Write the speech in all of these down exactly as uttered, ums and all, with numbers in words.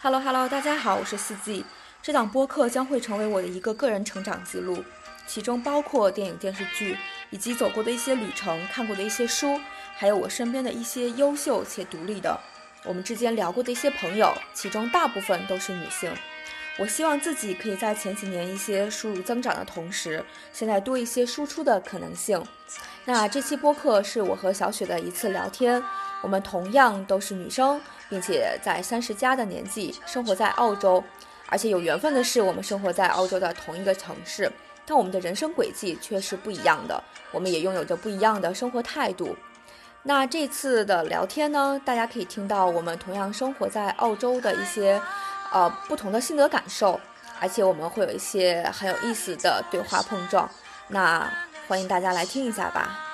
Hello Hello，大家好，我是四季。这档播客将会成为我的一个个人成长记录，其中包括电影、电视剧，以及走过的一些旅程、看过的一些书，还有我身边的一些优秀且独立的，我们之间聊过的一些朋友，其中大部分都是女性。我希望自己可以在前几年一些输入增长的同时，现在多一些输出的可能性。那这期播客是我和小雪的一次聊天，我们同样都是女生，并且在三十加的年纪生活在澳洲，而且有缘分的是我们生活在澳洲的同一个城市，但我们的人生轨迹却是不一样的，我们也拥有着不一样的生活态度。那这次的聊天呢，大家可以听到我们同样生活在澳洲的一些呃不同的心得感受，而且我们会有一些很有意思的对话碰撞，那欢迎大家来听一下吧。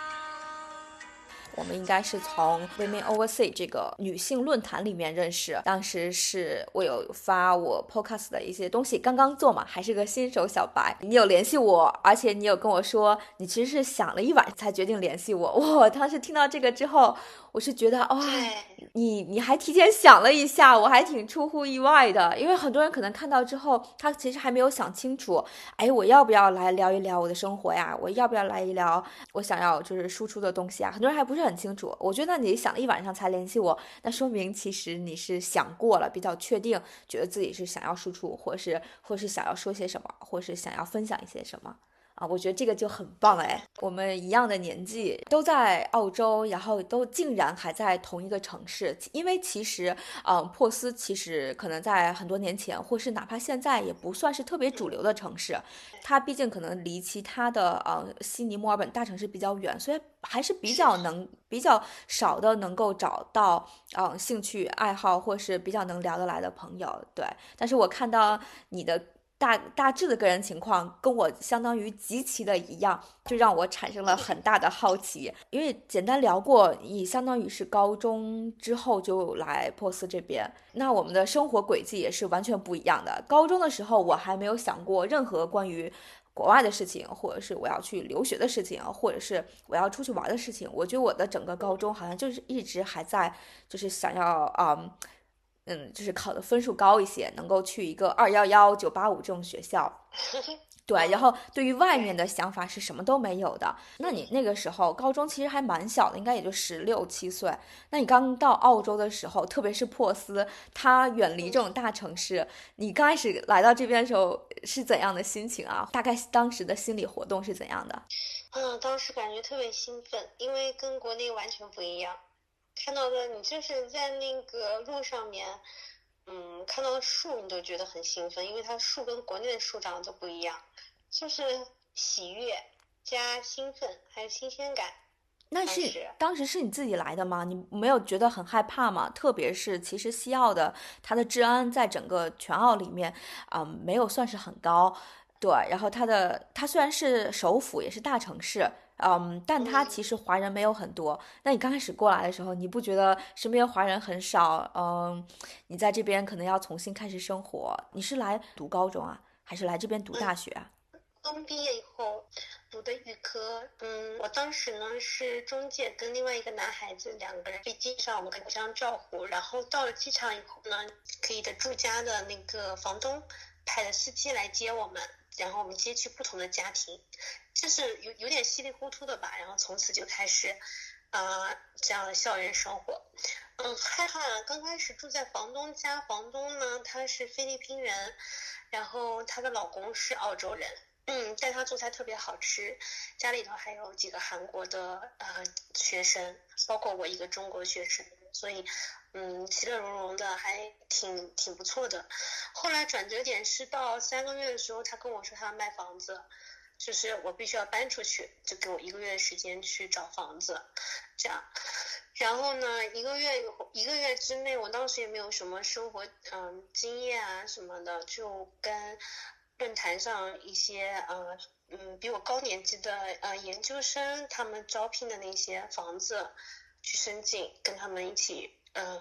我们应该是从 Women Overseas 这个女性论坛里面认识，当时是我有发我 podcast 的一些东西，刚刚做嘛，还是个新手小白。你有联系我，而且你有跟我说你其实是想了一晚才决定联系我。我当时听到这个之后，我是觉得哇、哦，你你还提前想了一下，我还挺出乎意外的。因为很多人可能看到之后，他其实还没有想清楚，哎，我要不要来聊一聊我的生活呀？我要不要来一聊我想要就是输出的东西啊？很多人还不是很清楚。我觉得你想了一晚上才联系我，那说明其实你是想过了，比较确定，觉得自己是想要输出，或是或是想要说些什么，或是想要分享一些什么。啊，我觉得这个就很棒哎！我们一样的年纪，都在澳洲，然后都竟然还在同一个城市。因为其实，嗯，珀斯其实可能在很多年前，或是哪怕现在，也不算是特别主流的城市。它毕竟可能离其他的呃悉尼、墨尔本大城市比较远，所以还是比较能比较少的能够找到嗯、呃、兴趣爱好或是比较能聊得来的朋友。对，但是我看到你的。大大致的个人情况跟我相当于极其的一样，就让我产生了很大的好奇。因为简单聊过，你相当于是高中之后就来珀斯这边，那我们的生活轨迹也是完全不一样的。高中的时候，我还没有想过任何关于国外的事情，或者是我要去留学的事情，或者是我要出去玩的事情。我觉得我的整个高中好像就是一直还在，就是想要嗯。嗯，就是考的分数高一些，能够去一个二幺幺、九八五这种学校。对，然后对于外面的想法是什么都没有的。那你那个时候高中其实还蛮小的，应该也就十六七岁。那你刚到澳洲的时候，特别是珀斯，它远离这种大城市，你刚开始来到这边的时候是怎样的心情啊？大概当时的心理活动是怎样的？ 嗯，当时感觉特别兴奋，因为跟国内完全不一样。看到的你就是在那个路上面，嗯，看到的树你都觉得很兴奋，因为它树跟国内的树长得都不一样，就是喜悦加兴奋还有新鲜感。 那是当时当时是你自己来的吗？你没有觉得很害怕吗？特别是其实西澳的它的治安在整个全澳里面，嗯，没有算是很高，对。然后它的它虽然是首府，也是大城市，嗯，但它其实华人没有很多。那你刚开始过来的时候，你不觉得身边华人很少？嗯，你在这边可能要重新开始生活。你是来读高中啊，还是来这边读大学啊？ 刚毕业以后读的预科，嗯，我当时呢是中介跟另外一个男孩子两个人飞机上，我们可以互相照顾。然后到了机场以后呢，可以的住家的那个房东派的司机来接我们，然后我们接去不同的家庭，就是有有点稀里糊涂的吧。然后从此就开始，呃，这样的校园生活。嗯，害怕了。刚开始住在房东家，房东呢他是菲律宾人，然后她的老公是澳洲人。嗯，但他做菜特别好吃，家里头还有几个韩国的呃学生，包括我一个中国学生，所以嗯，其乐融融的，还挺挺不错的。后来转折点是到三个月的时候，他跟我说他要卖房子，就是我必须要搬出去，就给我一个月的时间去找房子，这样。然后呢，一个月一个月之内，我当时也没有什么生活嗯经验啊什么的，就跟论坛上一些呃嗯比我高年级的呃研究生，他们招聘的那些房子去申请，跟他们一起嗯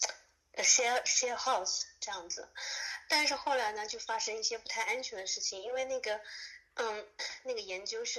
share share house 这样子。但是后来呢，就发生一些不太安全的事情，因为那个嗯那个研究生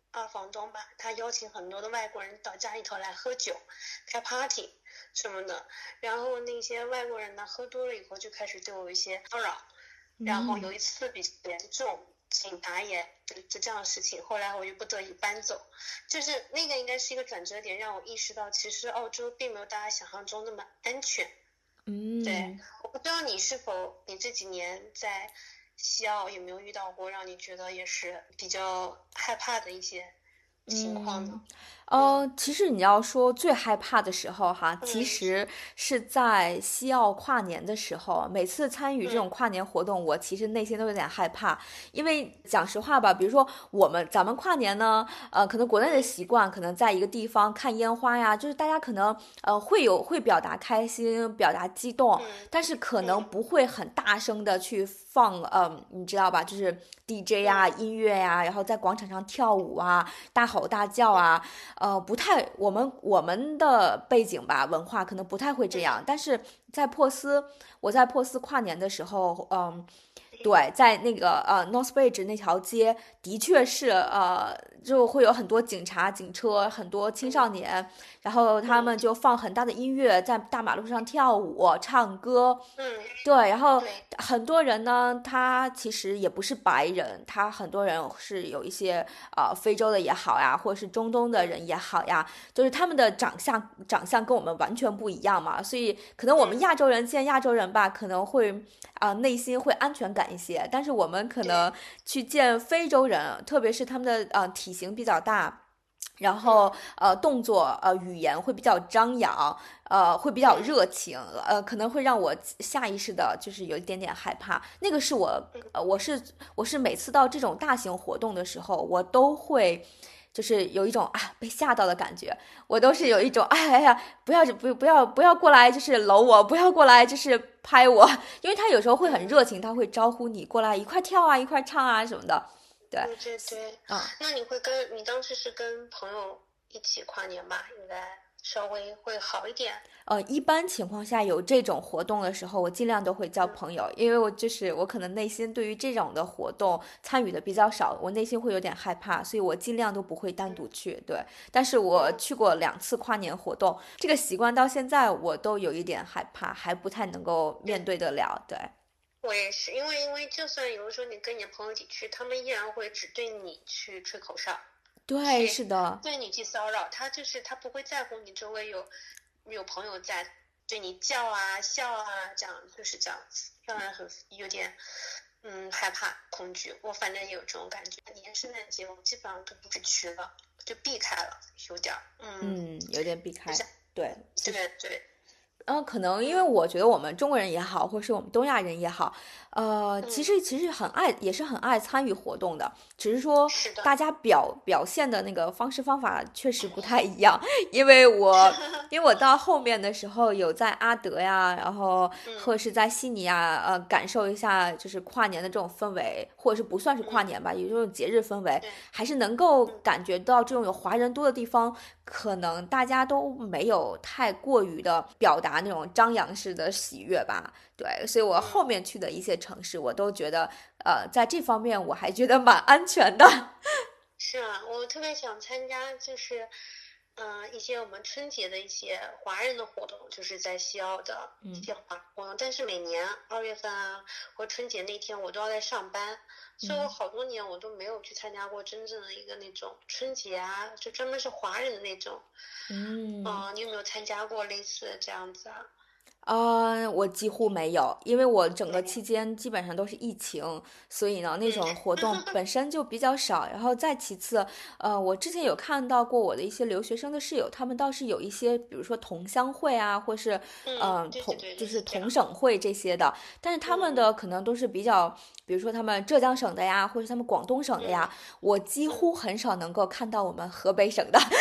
二房东吧，他邀请很多的外国人到家里头来喝酒、开 party 什么的。然后那些外国人呢，喝多了以后就开始对我有一些骚扰。然后有一次比较严重，警察也就这样的事情。后来我就不得已搬走，就是那个应该是一个转折点，让我意识到其实澳洲并没有大家想象中那么安全。 嗯， 对，我不知道你是否你这几年在西澳有没有遇到过让你觉得也是比较害怕的一些情况呢？ 嗯、呃，其实你要说最害怕的时候哈，其实是在西澳跨年的时候。每次参与这种跨年活动，我其实内心都有点害怕，因为讲实话吧，比如说我们咱们跨年呢，呃，可能国内的习惯，可能在一个地方看烟花呀，就是大家可能呃会有会表达开心，表达激动，但是可能不会很大声的去放，呃，你知道吧，就是 D J 啊、音乐呀、然后在广场上跳舞啊、大吼大叫啊。呃，不太，我们我们的背景吧，文化可能不太会这样，但是在珀斯，我在珀斯跨年的时候，嗯，对，在那个呃 North Bridge 那条街，的确是呃，就会有很多警察、警车，很多青少年，然后他们就放很大的音乐，在大马路上跳舞、唱歌， 嗯， 对，然后很多人呢，他其实也不是白人，他很多人是有一些呃非洲的也好呀，或者是中东的人也好呀，就是他们的长相长相跟我们完全不一样嘛，所以可能我们亚洲人见亚洲人吧，可能会啊、呃、内心会安全感一些，但是我们可能去见非洲人，特别是他们的呃体型比较大。然后呃，动作呃，语言会比较张扬，呃，会比较热情，呃，可能会让我下意识的就是有一点点害怕。那个是我，呃，我是我是每次到这种大型活动的时候，我都会。就是有一种啊被吓到的感觉，我都是有一种哎哎呀，不要不不要不要过来，就是搂我，不要过来就是拍我，因为他有时候会很热情，他会招呼你过来一块跳啊，一块唱啊什么的。对对对对， 嗯， 那你会跟你当时是跟朋友一起跨年吧？应该稍微会好一点。 呃，一般情况下有这种活动的时候，我尽量都会交朋友，因为我就是我可能内心对于这种的活动参与的比较少，我内心会有点害怕，所以我尽量都不会单独去。对，但是我去过两次跨年活动，这个习惯到现在我都有一点害怕，还不太能够面对得了。对。 我也是，因为因为就算有的时候你跟你的朋友一起去，他们依然会只对你去吹口哨， 对，是的， 对你去骚扰，他就是他不会在乎你周围有有朋友在对你叫啊笑啊，这样就是这样子，让人很有点嗯害怕恐惧。我反正也有这种感觉。年圣诞节我基本上都不去了，就避开了，有点嗯嗯，有点避开，对， 对对。 嗯，可能因为我觉得我们中国人也好，或是我们东亚人也好，呃，其实其实很爱，也是很爱参与活动的，只是说大家表表现的那个方式方法确实不太一样。因为我因为我到后面的时候有在阿德呀，然后或者是在悉尼呀，呃，感受一下就是跨年的这种氛围，或者是不算是跨年吧，有这种节日氛围，还是能够感觉到这种有华人多的地方，可能大家都没有太过于的表达那种张扬式的喜悦吧。对，所以我后面去的一些城市，我都觉得，呃，在这方面我还觉得蛮安全的。 是啊，我特别想参加，就是，嗯、呃，一些我们春节的一些华人的活动，就是在西澳的一些华活动。但是每年二月份啊，或春节那天，我都要在上班，所以我好多年我都没有去参加过真正的一个那种春节啊，就专门是华人的那种。 嗯， 呃，你有没有参加过类似这样子啊？ 呃，我几乎没有，因为我整个期间基本上都是疫情，所以呢，那种活动本身就比较少。然后再其次，呃，我之前有看到过我的一些留学生的室友，他们倒是有一些，比如说同乡会啊，或是嗯， 呃对同就是对对这样同省会这些的，但是他们的可能都是比较，比如说他们浙江省的呀，或者他们广东省的呀，我几乎很少能够看到我们河北省的。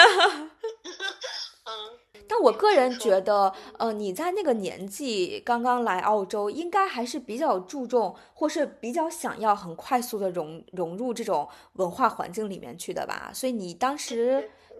嗯， 但我个人听说觉得，呃，你在那个年纪刚刚来澳洲，应该还是比较注重，或是比较想要很快速的融融入这种文化环境里面去的吧？所以你当时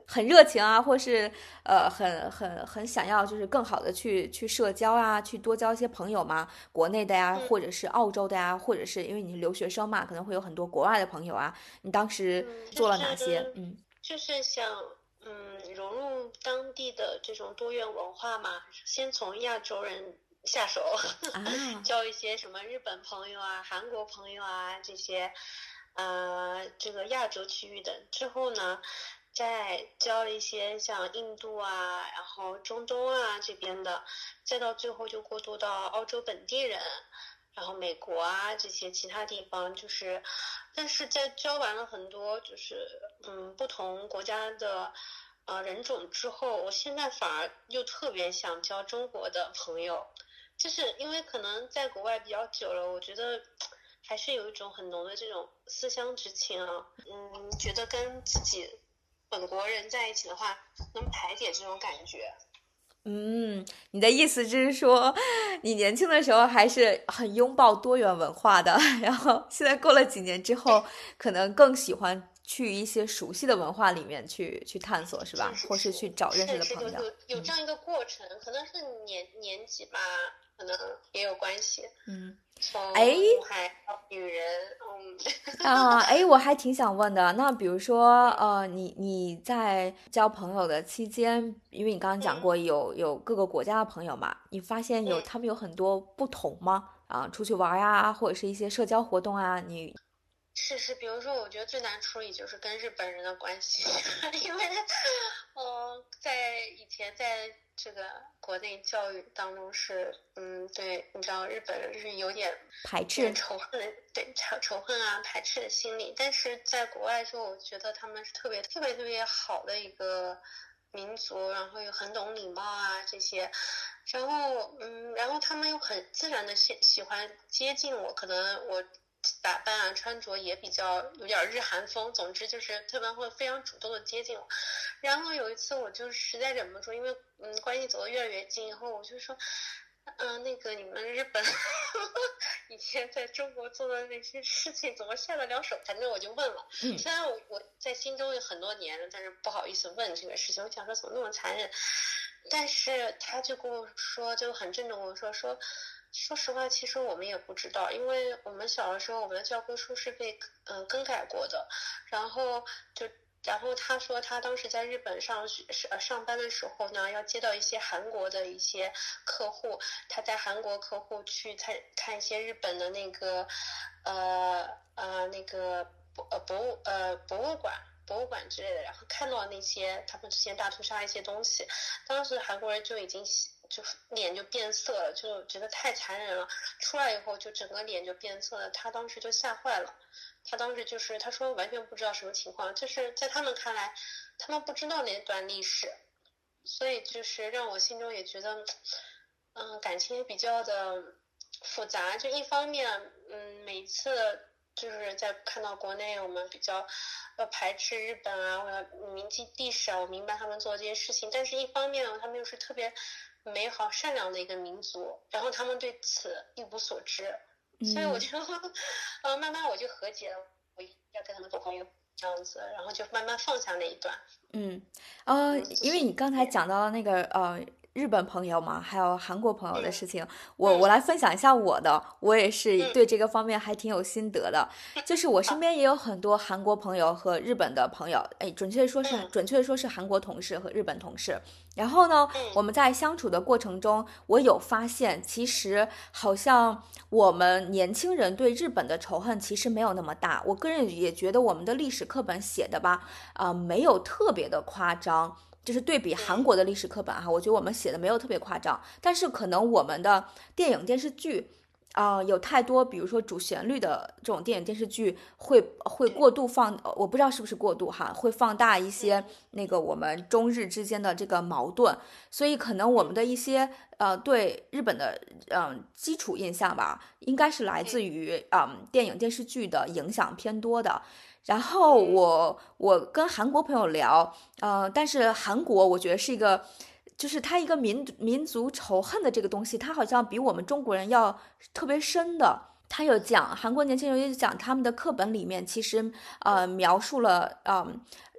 很热情啊，或是呃很很很想要就是更好的去去社交啊，去多交一些朋友嘛，国内的呀， 嗯或者是澳洲的呀，或者是因为你是留学生嘛，可能会有很多国外的朋友啊。你当时嗯，就做了哪些？ 是嗯就是想嗯融入当地的这种多元文化嘛，先从亚洲人下手， 啊， 交一些什么日本朋友啊、韩国朋友啊这些，呃，这个亚洲区域的。之后呢，再交一些像印度啊，然后中东啊这边的，再到最后就过渡到澳洲本地人。然后美国啊这些其他地方，就是，但是在交完了很多就是嗯不同国家的呃人种之后，我现在反而又特别想交中国的朋友，就是因为可能在国外比较久了，我觉得还是有一种很浓的这种思乡之情啊，嗯，觉得跟自己本国人在一起的话，能排解这种感觉。 嗯，你的意思就是说，你年轻的时候还是很拥抱多元文化的，然后现在过了几年之后，可能更喜欢去一些熟悉的文化里面去去探索，是吧？ 是是或是去是找认识是是，有的朋友。 有有这嗯样一个过程，可能是年年纪吧，可能也有关系。 嗯，哎， 从女孩到女人，嗯， 啊，哎，我还挺想问的。那比如说，呃，你你在交朋友的期间，因为你刚刚讲嗯过有有各个国家的朋友嘛，你发现有嗯， 他们有很多不同吗？啊，出去玩呀，或者是一些社交活动啊，你是是，比如说，我觉得最难处理就是跟日本人的关系，因为，嗯，在以前在这个国内教育当中是，嗯，对，你知道日本人是有点排斥？ 有点仇恨的，对仇仇恨啊排斥的心理，但是在国外的时候，我觉得他们是特别特别特别好的一个民族，然后又很懂礼貌啊这些，然后嗯，然后他们又很自然的喜喜欢接近我，可能我打扮啊穿着也比较有点日韩风，总之就是他们会非常主动的接近我。然后有一次我就实在忍不住，因为嗯关系走得越来越近以后，我就说。嗯、呃，那个你们日本以前在中国做的那些事情怎么下得了手？反正我就问了， 嗯虽然我我在心中有很多年了，但是不好意思问这个事情。我想说怎么那么残忍，但是他就跟我说，就很郑重跟我说说，说实话，其实我们也不知道，因为我们小的时候我们的教科书是被嗯、呃、更改过的，然后就。然后他说，他当时在日本上学呃上班的时候呢，要接到一些韩国的一些客户，他在韩国客户去看看一些日本的那个呃呃那个博呃博物呃博物馆。博物馆之类的，然后看到那些他们之前大屠杀一些东西，当时韩国人就已经就脸就变色了，就觉得太残忍了。出来以后就整个脸就变色了，他当时就吓坏了。他当时就是他说完全不知道什么情况，就是在他们看来，他们不知道那段历史，所以就是让我心中也觉得，嗯，感情也比较的复杂。就一方面，嗯，每次就是在看到国内我们比较要排斥日本啊，或者铭记历史啊，我明白他们做这些事情，但是一方面他们又是特别美好善良的一个民族，然后他们对此一无所知。所以我嗯就，呃，慢慢我就和解了，我要跟他们做朋友这样子，然后就慢慢放下那一段。 嗯，呃， 嗯，自因为己你刚才讲到了那个呃日本朋友嘛，还有韩国朋友的嗯事情，我嗯我来分享一下我的，我也是嗯， 对这个方面还挺有心得的。就是我身好， 边也有很多韩国朋友和日本的朋友，哎，准确说是嗯准确的说是韩国同事和日本同事。然后呢， 嗯我们在相处的过程中，我有发现，其实好像我们年轻人对日本的仇恨其实没有那么大。我个人也觉得我们的历史课本写的吧，啊、呃没有特别的夸张。就是对比韩嗯国的历史课本哈，我觉得我们写的没有特别夸张，但是可能我们的电影电视剧啊、呃有太多，比如说主旋律的这种电影电视剧会会对， 过度放，呃我不知道是不是过度哈，会放大一些嗯那个我们中日之间的这个矛盾，所以可能我们嗯的一些呃对日本的嗯、呃基础印象吧，应该是来自嗯于嗯、呃电影电视剧的影响偏多的。然后嗯我我跟韩国朋友聊，呃，但是韩国我觉得是一个，就是他一个民民族仇恨的这个东西，他好像比我们中国人要特别深的。他有讲韩国年轻人有讲他们的课本里面其实呃描述了嗯、呃、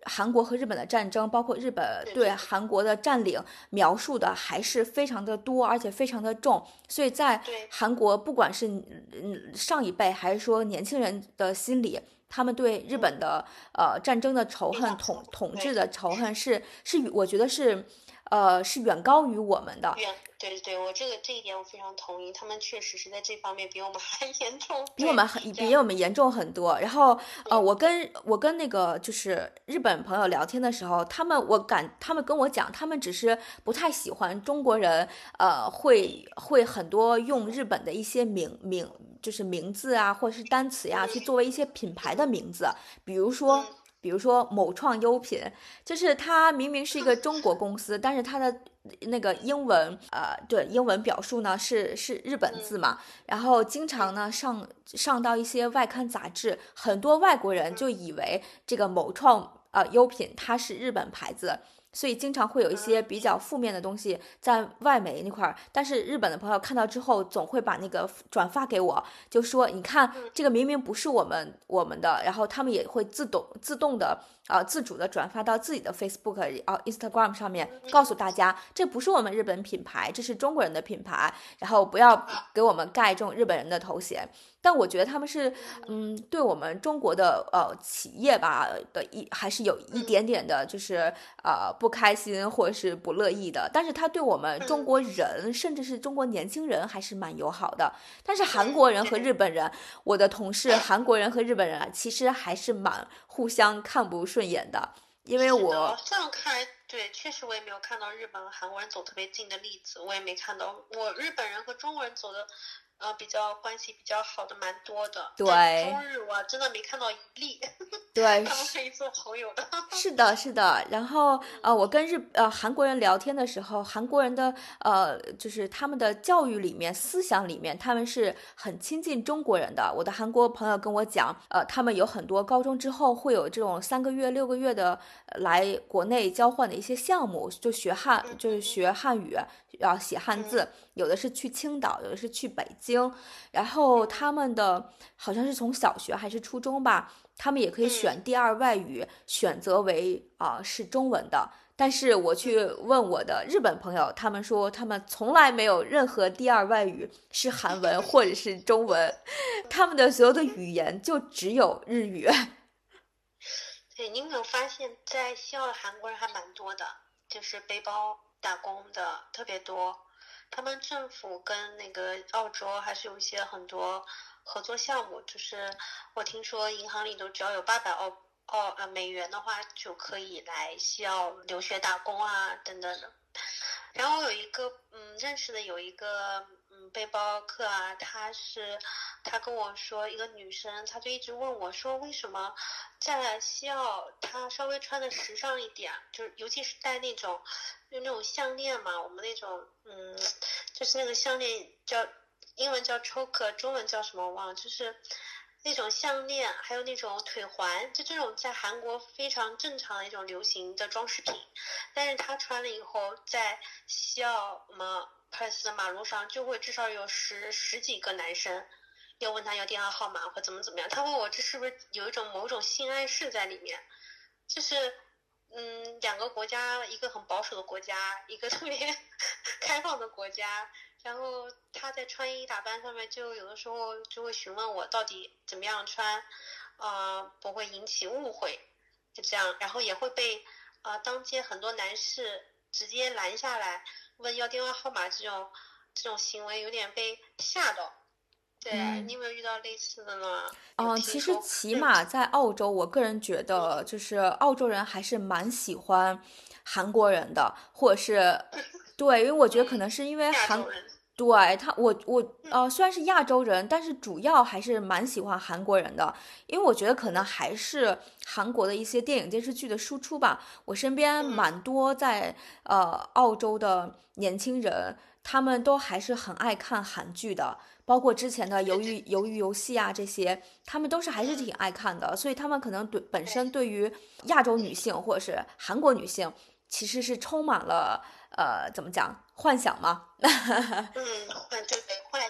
韩国和日本的战争，包括日本对韩国的占领描述的还是非常的多，而且非常的重。所以在韩国，不管是嗯上一辈还是说年轻人的心里，他们对日本的呃战争的仇恨、统统治的仇恨是是我觉得是呃是远高于我们的。 远对对对，我这个这一点我非常同意，他们确实是在这方面比我们还严重， 比我们很比我们严重很多。然后呃，我跟我跟那个就是日本朋友聊天的时候，他们我感他们跟我讲，他们只是不太喜欢中国人，呃，会会很多用日本的一些名名就是名字啊，或者是单词呀，去作为一些品牌的名字，比如说。比如说某创优品，就是它明明是一个中国公司，但是它的那个英文，呃，对，英文表述呢是是日本字嘛，然后经常呢上上到一些外刊杂志，很多外国人就以为这个某创呃优品它是日本牌子。所以经常会有一些比较负面的东西在外媒那块儿，但是日本的朋友看到之后，总会把那个转发给我，就说你看这个明明不是我们我们的，然后他们也会自动自动的呃自主的转发到自己的 Facebook 啊 Instagram 上面，告诉大家这不是我们日本品牌，这是中国人的品牌，然后不要给我们盖这种日本人的头衔。但我觉得他们是，嗯，对我们中国的呃企业吧的一还是有一点点的，就是呃不开心或者是不乐意的。但是他对我们中国人，甚至是中国年轻人还是蛮友好的。但是韩国人和日本人，我的同事韩国人和日本人啊，其实还是蛮互相看不顺眼的，因为我这样看来。对，确实我也没有看到日本和韩国人走特别近的例子，我也没看到。我日本人和中国人走的，呃，比较关系比较好的蛮多的。 对， 中日我真的没看到一例。 对， 他们可以做朋友的。 是的，是的。然后呃，我跟日呃韩国人聊天的时候，韩国人的呃就是他们的教育里面、思想里面，他们是很亲近中国人的。我的韩国朋友跟我讲，呃，他们有很多高中之后会有这种三个月、六个月的来国内交换的一些项目，就学汉，就是学汉语，要写汉字。有的是去青岛，有的是去北京。然后他们的好像是从小学还是初中吧。他们也可以选第二外语，选择为啊、呃、是中文的。但是我去问我的日本朋友，他们说他们从来没有任何第二外语是韩文或者是中文，他们的所有的语言就只有日语。 对，你有没有发现，在西澳的韩国人还蛮多的，就是背包打工的特别多。他们政府跟那个澳洲还是有一些很多合作项目，就是我听说银行里头只要有八百澳澳呃美元的话，就可以来西澳留学打工啊等等的。然后有一个嗯认识的有一个嗯背包客啊，他是他跟我说，一个女生，她就一直问我说，为什么在西澳她稍微穿的时尚一点，就是尤其是戴那种就那种项链嘛，我们那种嗯就是那个项链叫英文叫 choker， 中文叫什么我忘了，就是那种项链，还有那种腿环，就这种在韩国非常正常的一种流行的装饰品。但是他穿了以后，在西澳什么 Perth 的马路上，就会至少有十十几个男生要问他要电话号码或怎么怎么样。他问我这是不是有一种某种性暗示在里面？就是嗯，两个国家，一个很保守的国家，一个特别开放的国家。然后他在穿衣打扮上面，就有的时候就会询问我到底怎么样穿，呃，不会引起误会，就这样。然后也会被呃当街很多男士直接拦下来问要电话号码，这种这种行为有点被吓到。对、嗯、你有没有遇到类似的呢？ 嗯，其实起码在澳洲，我个人觉得就是澳洲人还是蛮喜欢韩国人的，或者是对，因为我觉得可能是因为韩。对他，我我呃，虽然是亚洲人，但是主要还是蛮喜欢韩国人的，因为我觉得可能还是韩国的一些电影电视剧的输出吧。我身边蛮多在呃澳洲的年轻人，他们都还是很爱看韩剧的，包括之前的鱿鱼鱿鱼游戏啊这些，他们都是还是挺爱看的，所以他们可能对本身对于亚洲女性或者是韩国女性，其实是充满了呃怎么讲幻想吗？ 嗯，对对，幻想，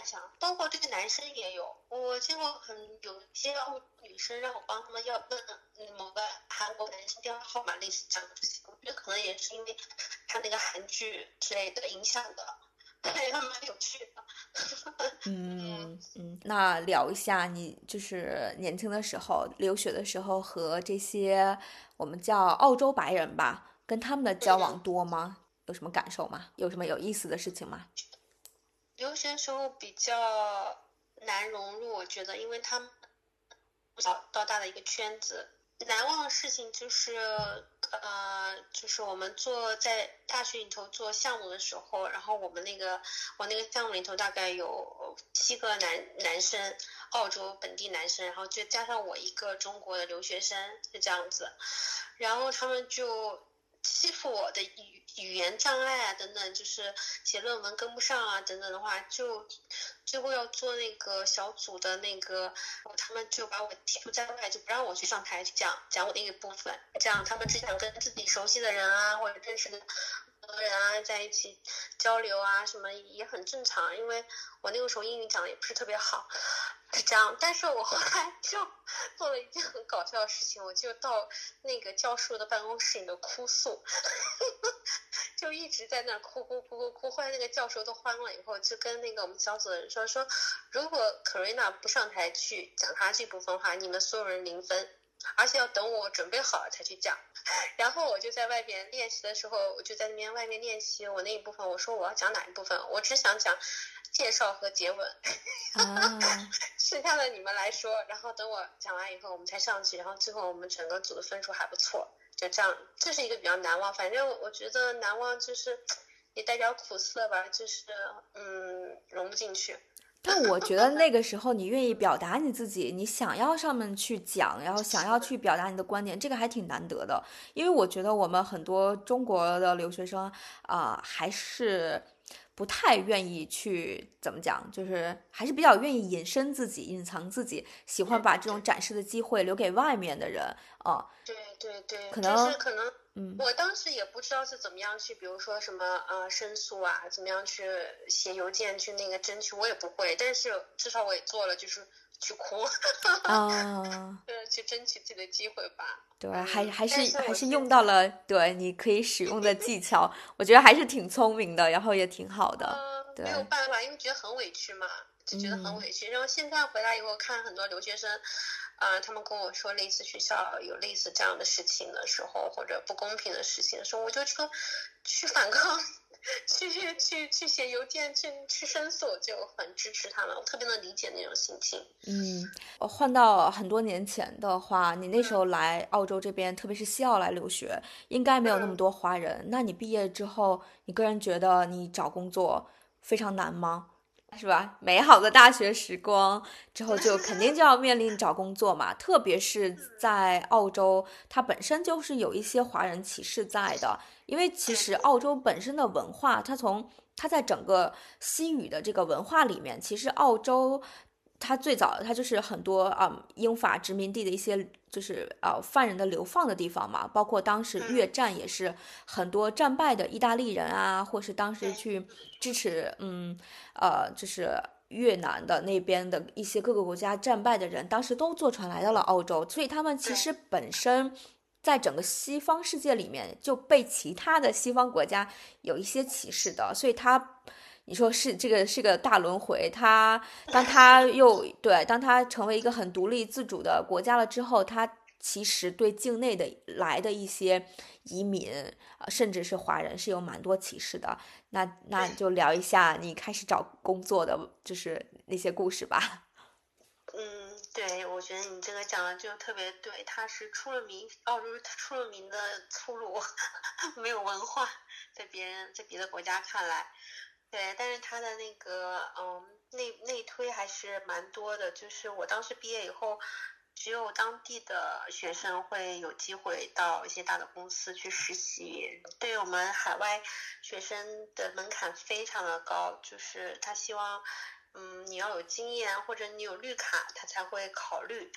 包括对男生也有，我见过很有一些澳洲女生让我帮他们要问某个韩国男生电话号码，类似这样的事情。我觉得可能也是因为看那个韩剧之类的影响的，对，还蛮有趣的。 嗯嗯，那聊一下你就是年轻的时候留学的时候和这些我们叫澳洲白人吧，跟他们的交往嗯， 多吗？有什么感受吗？有什么有意思的事情吗？ 留学时候比较难融入，我觉得，因为他们小到大的一个圈子。难忘的事情就是，呃，就是我们做在大学里头做项目的时候，然后我们那个我那个项目里头大概有七个男男生，澳洲本地男生，然后就加上我一个中国的留学生，是这样子，然后他们就欺负我的语语言障碍啊等等，就是写论文跟不上啊等等的话，就最后要做那个小组的那个，他们就把我踢出在外，就不让我去上台去讲讲我那个部分，这样他们只想跟自己熟悉的人啊或者认识的人啊在一起交流啊什么也很正常，因为我那个时候英语讲的也不是特别好，是这样。但是我后来就做了一件很搞笑的事情，我就到那个教授的办公室里头哭诉，就一直在那哭哭哭哭哭。后来那个教授都慌了以后，就跟那个我们小组的人说说，如果 Karina 不上台去讲她这部分的话，你们所有人零分。而且要等我准备好了才去讲，然后我就在外边练习的时候，我就在那边外面练习我那一部分。我说我要讲哪一部分，我只想讲介绍和结尾， 啊， 剩下的你们来说。然后等我讲完以后，我们才上去。然后最后我们整个组的分数还不错，就这样，这是一个比较难忘。反正我觉得难忘就是也带点苦涩吧，就是嗯融不进去。 但我觉得那个时候你愿意表达你自己，你想要上面去讲，然后想要去表达你的观点，这个还挺难得的。因为我觉得我们很多中国的留学生啊、呃还是不太愿意去怎么讲，就是还是比较愿意隐身自己、隐藏自己，喜欢把这种展示的机会留给外面的人啊、呃对对对，就可能是可能， 嗯。 我当时也不知道是怎么样去，比如说什么呃申诉啊，怎么样去写邮件去那个争取，我也不会，但是至少我也做了，就是去哭， 啊， 呃，去争取自己的机会吧。 对，还嗯， 还是但是还是我现在， 用到了对你可以使用的技巧，我觉得还是挺聪明的，然后也挺好的。 呃， 对， 没有办法，因为觉得很委屈嘛，就觉得很嗯委屈。然后现在回来以后，看很多留学生，呃，他们跟我说类似学校有类似这样的事情的时候，或者不公平的事情的时候，我就说去反抗，去去去去写邮件，去去申诉，就很支持他们，我特别能理解那种心情。 嗯，呃换到很多年前的话，你那时候嗯来澳洲这边，特别是西澳来留学，应该没有那么嗯。 多华人。那你毕业之后，你个人觉得你找工作非常难吗？是吧？美好的大学时光之后，就肯定就要面临找工作嘛。特别是在澳洲，它本身就是有一些华人歧视在的。因为其实澳洲本身的文化，它从它在整个西语的这个文化里面，其实澳洲它最早它就是很多啊、嗯英法殖民地的一些就是呃犯人的流放的地方嘛，包括当时越战也是很多战败的意大利人啊，或是当时去支持嗯呃就是越南的那边的一些各个国家战败的人，当时都坐船来到了澳洲，所以他们其实本身在整个西方世界里面就被其他的西方国家有一些歧视的，所以他。你说是这个是个大轮回，他当他又对，当他成为一个很独立自主的国家了之后，他其实对境内的来的一些移民啊、呃甚至是华人是有蛮多歧视的。那那你就聊一下你开始找工作的就是那些故事吧。 嗯，对，我觉得你这个讲的就特别对，他是出了名，澳洲出了名的粗鲁，没有文化，在别人在别的国家看来，对，但是他的那个嗯内内推还是蛮多的，就是我当时毕业以后，只有当地的学生会有机会到一些大的公司去实习，对我们海外学生的门槛非常的高，就是他希望。嗯，你要有经验或者你有绿卡，他才会考虑。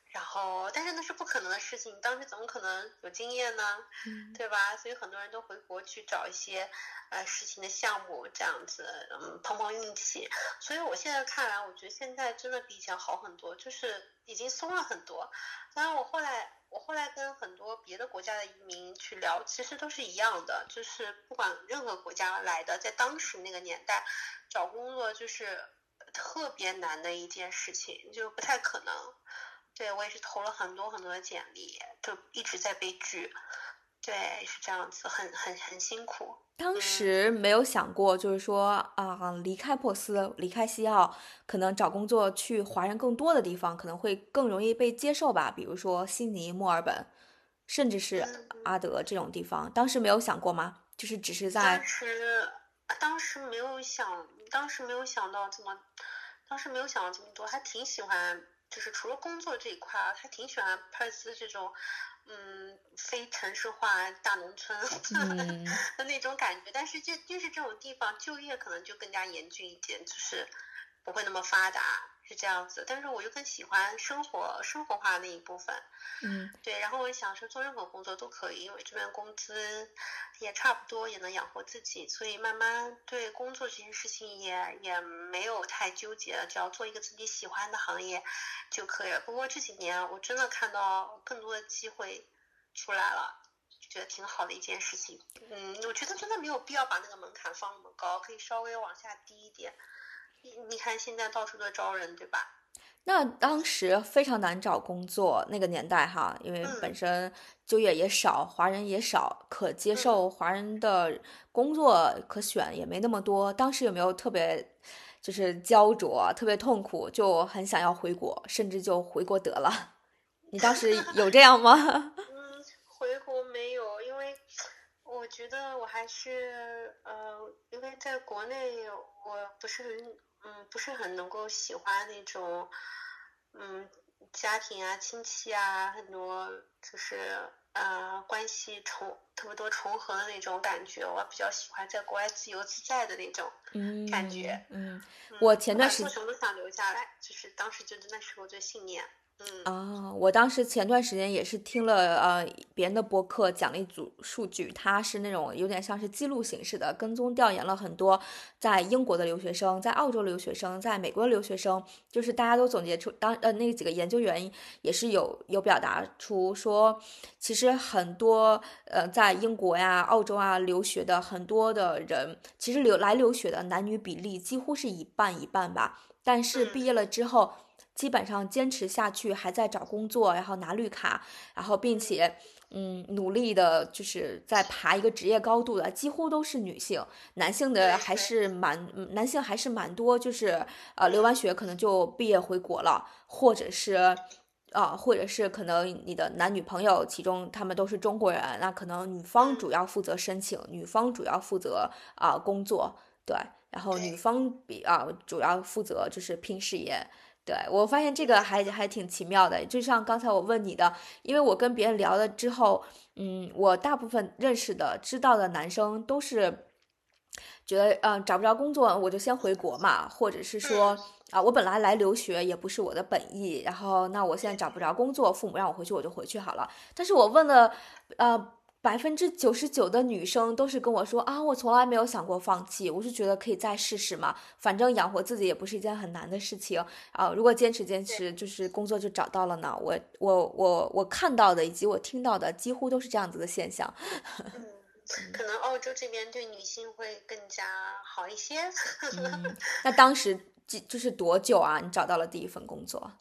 然后，但是那是不可能的事情，当时怎么可能有经验呢？ 嗯， 对吧？所以很多人都回国去找一些呃实行的项目，这样子，嗯，碰碰运气。所以我现在看来，我觉得现在真的比以前好很多，就是已经松了很多。当然，我后来我后来跟很多别的国家的移民去聊，其实都是一样的，就是不管任何国家来的，在当时那个年代，找工作就是特别难的一件事情，就不太可能。对，我也是投了很多很多的简历，就一直在被拒。对，是这样子，很很很辛苦。 当嗯时没有想过，就是说啊，离开珀斯，离开西澳，可能找工作去华人更多的地方，可能会更容易被接受吧。比如说悉尼、墨尔本，甚至是嗯， 阿德这种地方，当时没有想过吗？就是只是当在时当时没有想，当时没有想到这么，当时没有想到这么多，还挺喜欢，就是除了工作这一块儿，还挺喜欢珀斯这种。嗯，非城市化大农村嗯的那种感觉，但是就就是这种地方就业可能就更加严峻一点，就是不会那么发达，是这样子。但是我又更喜欢生活生活化那一部分， 嗯对。然后我想说做任何工作都可以，因为这边工资也差不多，也能养活自己，所以慢慢对工作这件事情也也没有太纠结，只要做一个自己喜欢的行业就可以了。不过这几年我真的看到更多的机会出来了。觉得挺好的一件事情，嗯，我觉得真的没有必要把那个门槛放那么高，可以稍微往下低一点。你你看现在到处都招人，对吧？ 那当时非常难找工作，那个年代哈，因为本嗯身就业也少，华人也少，可接嗯。 受华人的工作可选也没那么多。当时有没有特别就是焦灼，特别痛苦，就很想要回国，甚至就回国得了？你当时有这样吗？ 嗯，回国没有，因为我觉得我还是呃，因为在国内我不是很嗯不是很能够喜欢那种嗯家庭啊亲戚啊很多就是呃关系重特别多重合的那种感觉，我比较喜欢在国外自由自在的那种感觉。 嗯嗯，我嗯，不前段时管做什么都想留下来，就是当时就那时候的信念。嗯啊，我当时前段时间也是听了呃别人的播客，讲了一组数据，它是那种有点像是记录形式的，跟踪调研了很多在英国的留学生、在澳洲留学生、在美国的留学生，就是大家都总结出当呃那几个研究员也是有有表达出说，其实很多呃在英国呀、澳洲啊留学的很多的人，其实留来留学的男女比例几乎是一半一半吧，但是毕业了嗯之后。基本上坚持下去，还在找工作，然后拿绿卡，然后并嗯， 且，嗯，努力的，就是在爬一个职业高度的，几乎都是女性，男性的还对对。 是蛮，嗯男性还是蛮多，就是呃，留完嗯学可能就毕业回国了，或者是。啊、或者是可能你的男女朋友其中他们都是中国人，那可能女方主嗯， 要负责申请，女方主要负责啊、工作，对，然后女对。 方比啊、主要负责就是拼事业，对，我发现这个嗯还还挺奇妙的，就像刚才我问你的，因为我跟别人聊了之后，嗯，我大部分认识的、知道的男生都是觉得，嗯、找不着工作我就先回国嘛，或者是说， 嗯， 啊、我本来来留学也不是我的本意，然后那我现在对。 找不着工作，父母让我回去我就回去好了。但是我问了，呃。百分之九十九的女生都是跟我说啊，我从来没有想过放弃，我是觉得可以再试试嘛，反正养活自己也不是一件很难的事情啊。如果坚持坚对。 持，就是工作就找到了呢。我我我我看到的以及我听到的几乎都是这样子的现象。 嗯，可能澳洲这边对女性会更加好一些。 嗯，那当时就就是多久啊？你找到了第一份工作？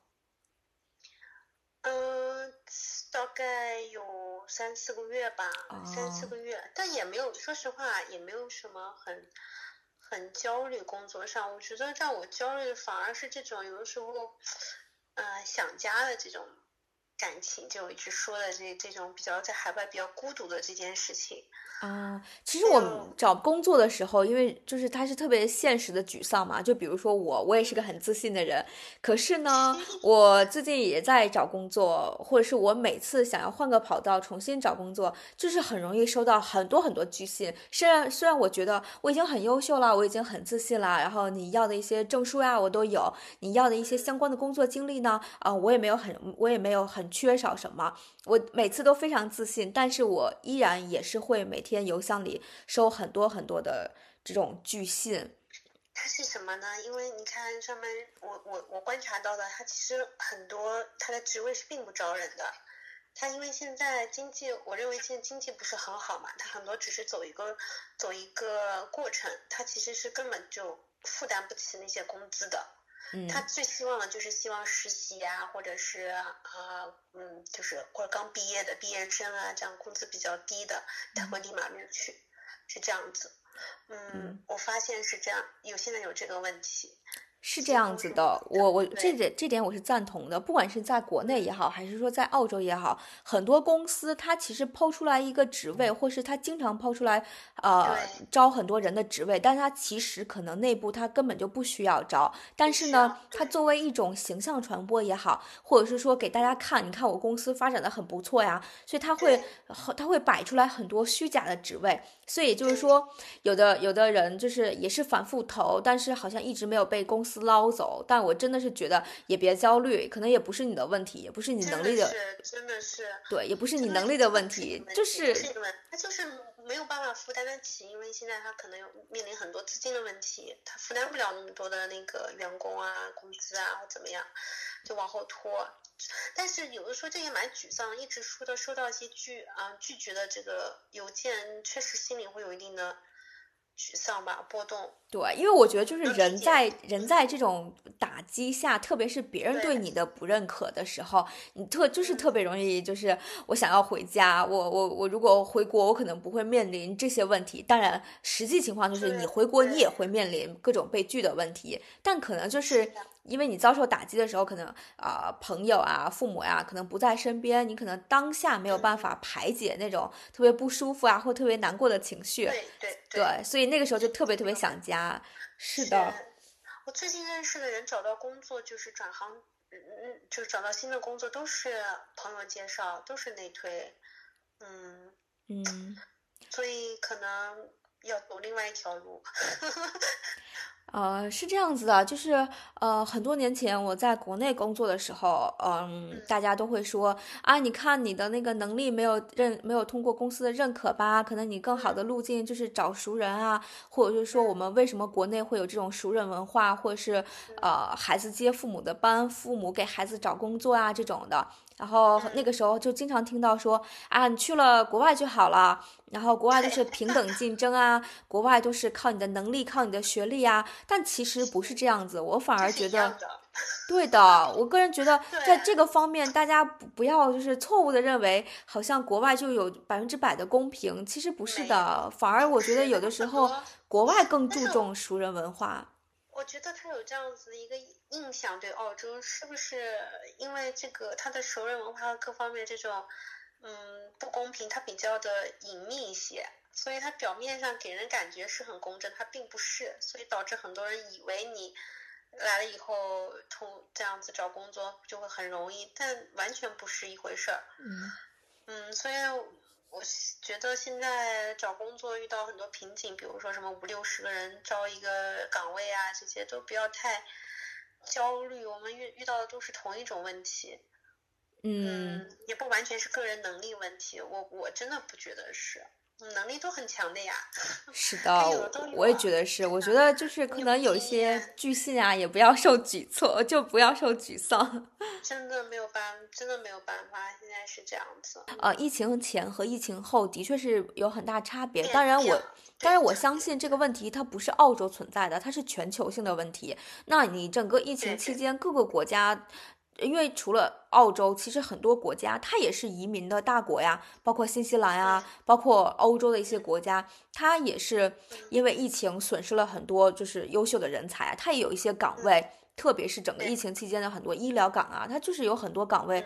嗯，大概有三四个月吧，三四哦， 个月，但也没有，说实话，也没有什么很很焦虑工作上。我觉得让我焦虑的反而是这种有的时候，呃，想家的这种感情，就我一直说的这这种比较在海外比较孤独的这件事情。 啊，其实我们就找工作的时候，因为就是他是特别现实的沮丧嘛。就比如说我，我也是个很自信的人，可是呢，我最近也在找工作，或者是我每次想要换个跑道重新找工作，就是很容易收到很多很多拒信。虽然虽然我觉得我已经很优秀了，我已经很自信了，然后你要的一些证书呀我都有，你要的一些相关的工作经历呢，啊、我也没有很我也没有很缺少什么。我每次都非常自信，但是我依然也是会每天邮箱里收很多很多的这种拒信。 它是什么呢？因为你看上面，我我我观察到的，它其实很多它的职位是并不招人的。它因为现在经济，我认为现在经济不是很好嘛，它很多只是走一个走一个过程，它其实是根本就负担不起那些工资的。 嗯， 他最希望的就是希望实习呀、或者是啊、呃，嗯，就是或者刚毕业的毕业生啊，这样工资比较低的，他会立马录取，是这样子。嗯， 嗯我发现是这样，有现在有这个问题。 是这样子的，我我这对点这点我是赞同的。不管是在国内也好，还是说在澳洲也好，很多公司它其实抛出来一个职位，或是它经常抛出来呃对招很多人的职位，但是它其实可能内部它根本就不需要招。但是呢，它对作为一种形象传播也好，或者是说给大家看，你看我公司发展的很不错呀，所以它会它会摆出来很多虚假的职位。所以也就是说，有的有的人就是也是反复投，但是好像一直没有被公司捞走。但我真的是觉得也别焦虑，可能也不是你的问题，也不是你能力的， 真的是真的是对，也不是你真的能力的问不是一题， 个问题就是不是一个问题，他就是没有办法负担得起，因为现在他可能有面临很多资金的问题，他负担不了那么多的那个员工啊、工资啊或怎么样，就往后拖。但是有的时候这也蛮沮丧，一直收到收到一些拒啊拒绝的这个邮件，确实心里会有一定的沮丧吧，波动。 对，因为我觉得就是能理解人在人在这种打击下，特别是别人对对你的不认可的时候，你特就是特嗯别容易就是我想要回家，我我我如果回国，我可能不会面临这些问题。当然，实际情况就是对你回国，你也对会面临各种被拒的问题，但可能就是是的因为你遭受打击的时候，可能啊、呃朋友啊、父母呀、可能不在身边，你可能当下没有办法排解那种特别不舒服啊或特别难过的情绪。 对对对，所以那个时候就特别特别想家。是的， 我最近认识的人找到工作就是转行，嗯嗯，就是找到新的工作都是朋友介绍，都是内推，嗯， 嗯。 所以可能要走另外一条路。 呃，是这样子的，就是呃，很多年前我在国内工作的时候，嗯，大家都会说啊，你看你的那个能力没有认，没有通过公司的认可吧？可能你更好的路径就是找熟人啊，或者是说我们为什么国内会有这种熟人文化，或者是呃，孩子接父母的班，父母给孩子找工作啊这种的。然后那个时候就经常听到说啊，你去了国外就好了，然后国外都是平等竞争啊，国外都是靠你的能力，靠你的学历啊。但其实不是这样子，我反而觉得，对的，我个人觉得在这个方面，大家不不要就是错误的认为，好像国外就有百分之百的公平，其实不是的，反而我觉得有的时候国外更注重熟人文化。 我觉得他有这样子的一个印象，对澳洲是不是因为这个他的熟人文化和各方面这种嗯不公平，它比较的隐秘一些，所以它表面上给人感觉是很公正，它并不是，所以导致很多人以为你来了以后通这样子找工作就会很容易，但完全不是一回事儿。 嗯嗯，所以我觉得现在找工作遇到很多瓶颈，比如说什么五六十个人招一个岗位啊，这些都不要太焦虑，我们遇遇到的都是同一种问题。 嗯， 嗯，也不完全是个人能力问题，我我真的不觉得是。能力都很强的呀， 是的，我也觉得是。我觉得就是可能有一些拒信啊，也不要受举措，就不要受沮丧。 真的没有办，真的没有办法，现在是这样子。 呃，疫情前和疫情后的确是有很大差别。当然我，当然我相信这个问题它不是澳洲存在的，它是全球性的问题。那你整个疫情期间，各个国家。因为除了澳洲，其实很多国家它也是移民的大国呀，包括新西兰呀，包括欧洲的一些国家，它也是因为疫情损失了很多就是优秀的人才啊，它也有一些岗位，特别是整个疫情期间的很多医疗岗啊，它就是有很多岗位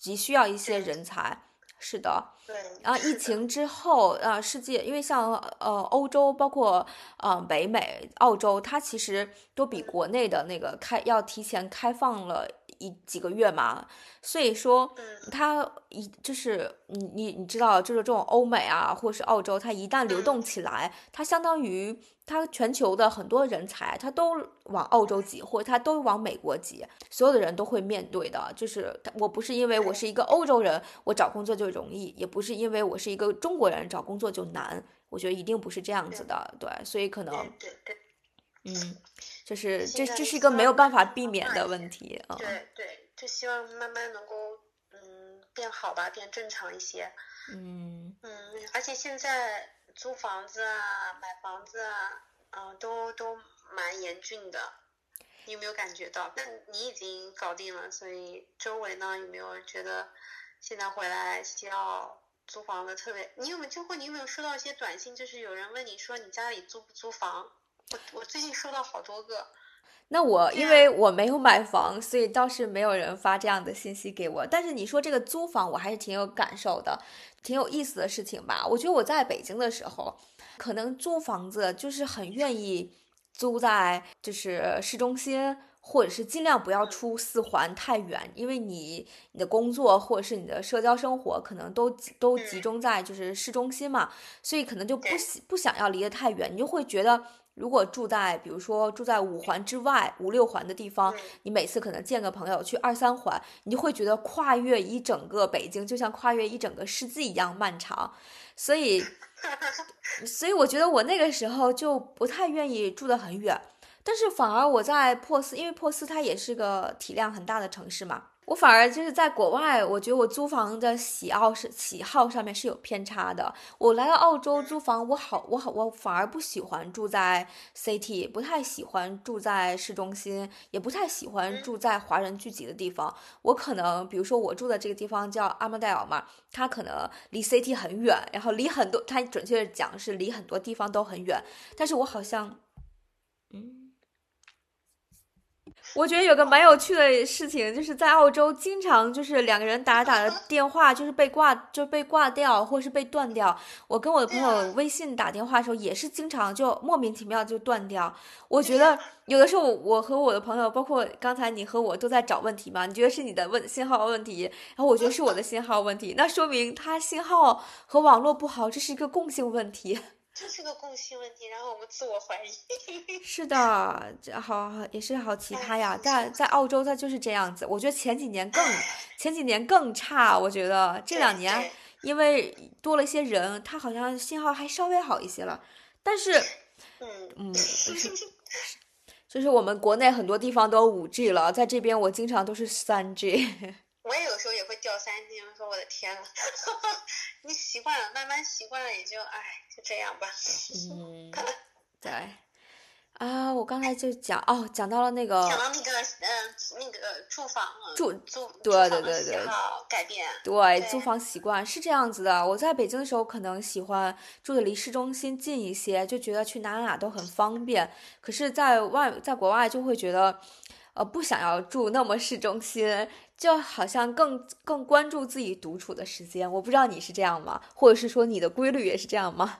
急需要一些人才。是的。 对， 啊，疫情之后，啊，世界因为像呃欧洲，包括呃北美、澳洲，它其实都比国内的那个开要提前开放了一几个月嘛，所以说它一就是你你你知道，就是这种欧美啊，或是澳洲，它一旦流动起来，它相当于它全球的很多人才，它都往澳洲挤，或者它都往美国挤，所有的人都会面对的。就是我不是因为我是一个欧洲人，我找工作就容易，也不是因为我是一个中国人找工作就难。我觉得一定不是这样子的，对，所以可能，嗯，就是这这是一个没有办法避免的问题啊。 对对，就希望慢慢能够嗯变好吧，变正常一些。 嗯嗯，而且现在租房子啊、买房子啊，嗯、呃，都都蛮严峻的。你有没有感觉到？那你已经搞定了，所以周围呢有没有觉得现在回来需要租房的特别？你有没有就会你有没有收到一些短信，就是有人问你说你家里租不租房？我我最近收到好多个。 那我因为我没有买房，所以倒是没有人发这样的信息给我。但是你说这个租房，我还是挺有感受的，挺有意思的事情吧。我觉得我在北京的时候，可能租房子就是很愿意租在就是市中心，或者是尽量不要出四环太远，因为你你的工作或者是你的社交生活可能都都集中在就是市中心嘛，所以可能就不不想要离得太远，你就会觉得。如果住在，比如说住在五环之外、五六环的地方，你每次可能见个朋友去二三环，你就会觉得跨越一整个北京，就像跨越一整个世纪一样漫长。所以，所以我觉得我那个时候就不太愿意住得很远，但是反而我在珀斯，因为珀斯它也是个体量很大的城市嘛。我反而就是在国外，我觉得我租房的喜好是喜好上面是有偏差的。我来到澳洲租房，我好我好我反而不喜欢住在 city， 不太喜欢住在市中心，也不太喜欢住在华人聚集的地方。我可能比如说我住的这个地方叫阿莫代尔嘛，它可能离 city 很远，然后离很多，它准确的讲是离很多地方都很远，但是我好像，嗯。我觉得有个蛮有趣的事情，就是在澳洲，经常就是两个人打着打着电话，就是被挂，就被挂掉，或是被断掉。我跟我的朋友微信打电话的时候，也是经常就莫名其妙就断掉。我觉得有的时候，我和我的朋友，包括刚才你和我都在找问题嘛，你觉得是你的问信号问题，然后我觉得是我的信号问题，那说明它信号和网络不好，这是一个共性问题。 这是个共性问题，然后我们自我怀疑。 是的，这好也是好奇葩呀！在在澳洲，它就是这样子。我觉得前几年更前几年更差，我觉得这两年因为多了一些人，它好像信号还稍微好一些了。但是， 嗯嗯，是就是我们国内很多地方都五 G 了，在这边我经常都是三 G。 我也有时候也会掉三 G，我说我的天呐，你习惯了，慢慢习惯了，也就哎，就这样吧。 嗯，对。啊，我刚才就讲哦，讲到了那个， 讲到那个嗯、呃，那个住房住租对对对对， 改变， 对租房习惯是这样子的。我在北京的时候，可能喜欢住的离市中心近一些，就觉得去哪哪哪都很方便。可是，在外在国外就会觉得，呃，不想要住那么市中心，就好像更更关注自己独处的时间。我不知道你是这样吗？或者是说你的规律也是这样吗？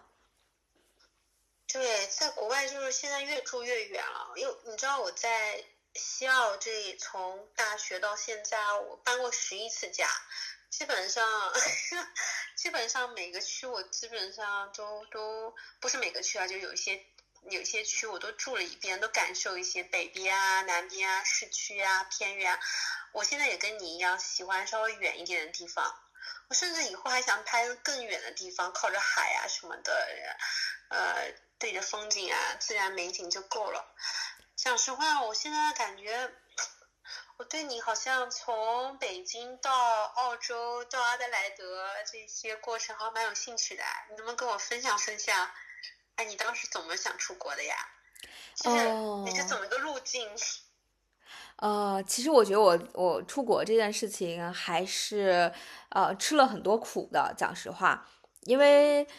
对，在国外就是现在越住越远了，因为你知道我在西澳这里从大学到现在，我搬过十一次家，基本上基本上每个区我基本上都都不是每个区啊，就有一些有一些区我都住了一遍，都感受一些北边啊、南边啊、市区啊、偏远啊。我现在也跟你一样，喜欢稍微远一点的地方。我甚至以后还想拍更远的地方，靠着海啊什么的，呃，对着风景啊、自然美景就够了。讲实话，我现在感觉我对你好像从北京到澳洲到阿德莱德这些过程好像蛮有兴趣的，你能不能跟我分享分享？哎，你当时怎么想出国的呀？就是你是怎么个路径？ 呃，其实我觉得我我出国这件事情还是呃吃了很多苦的，讲实话，因为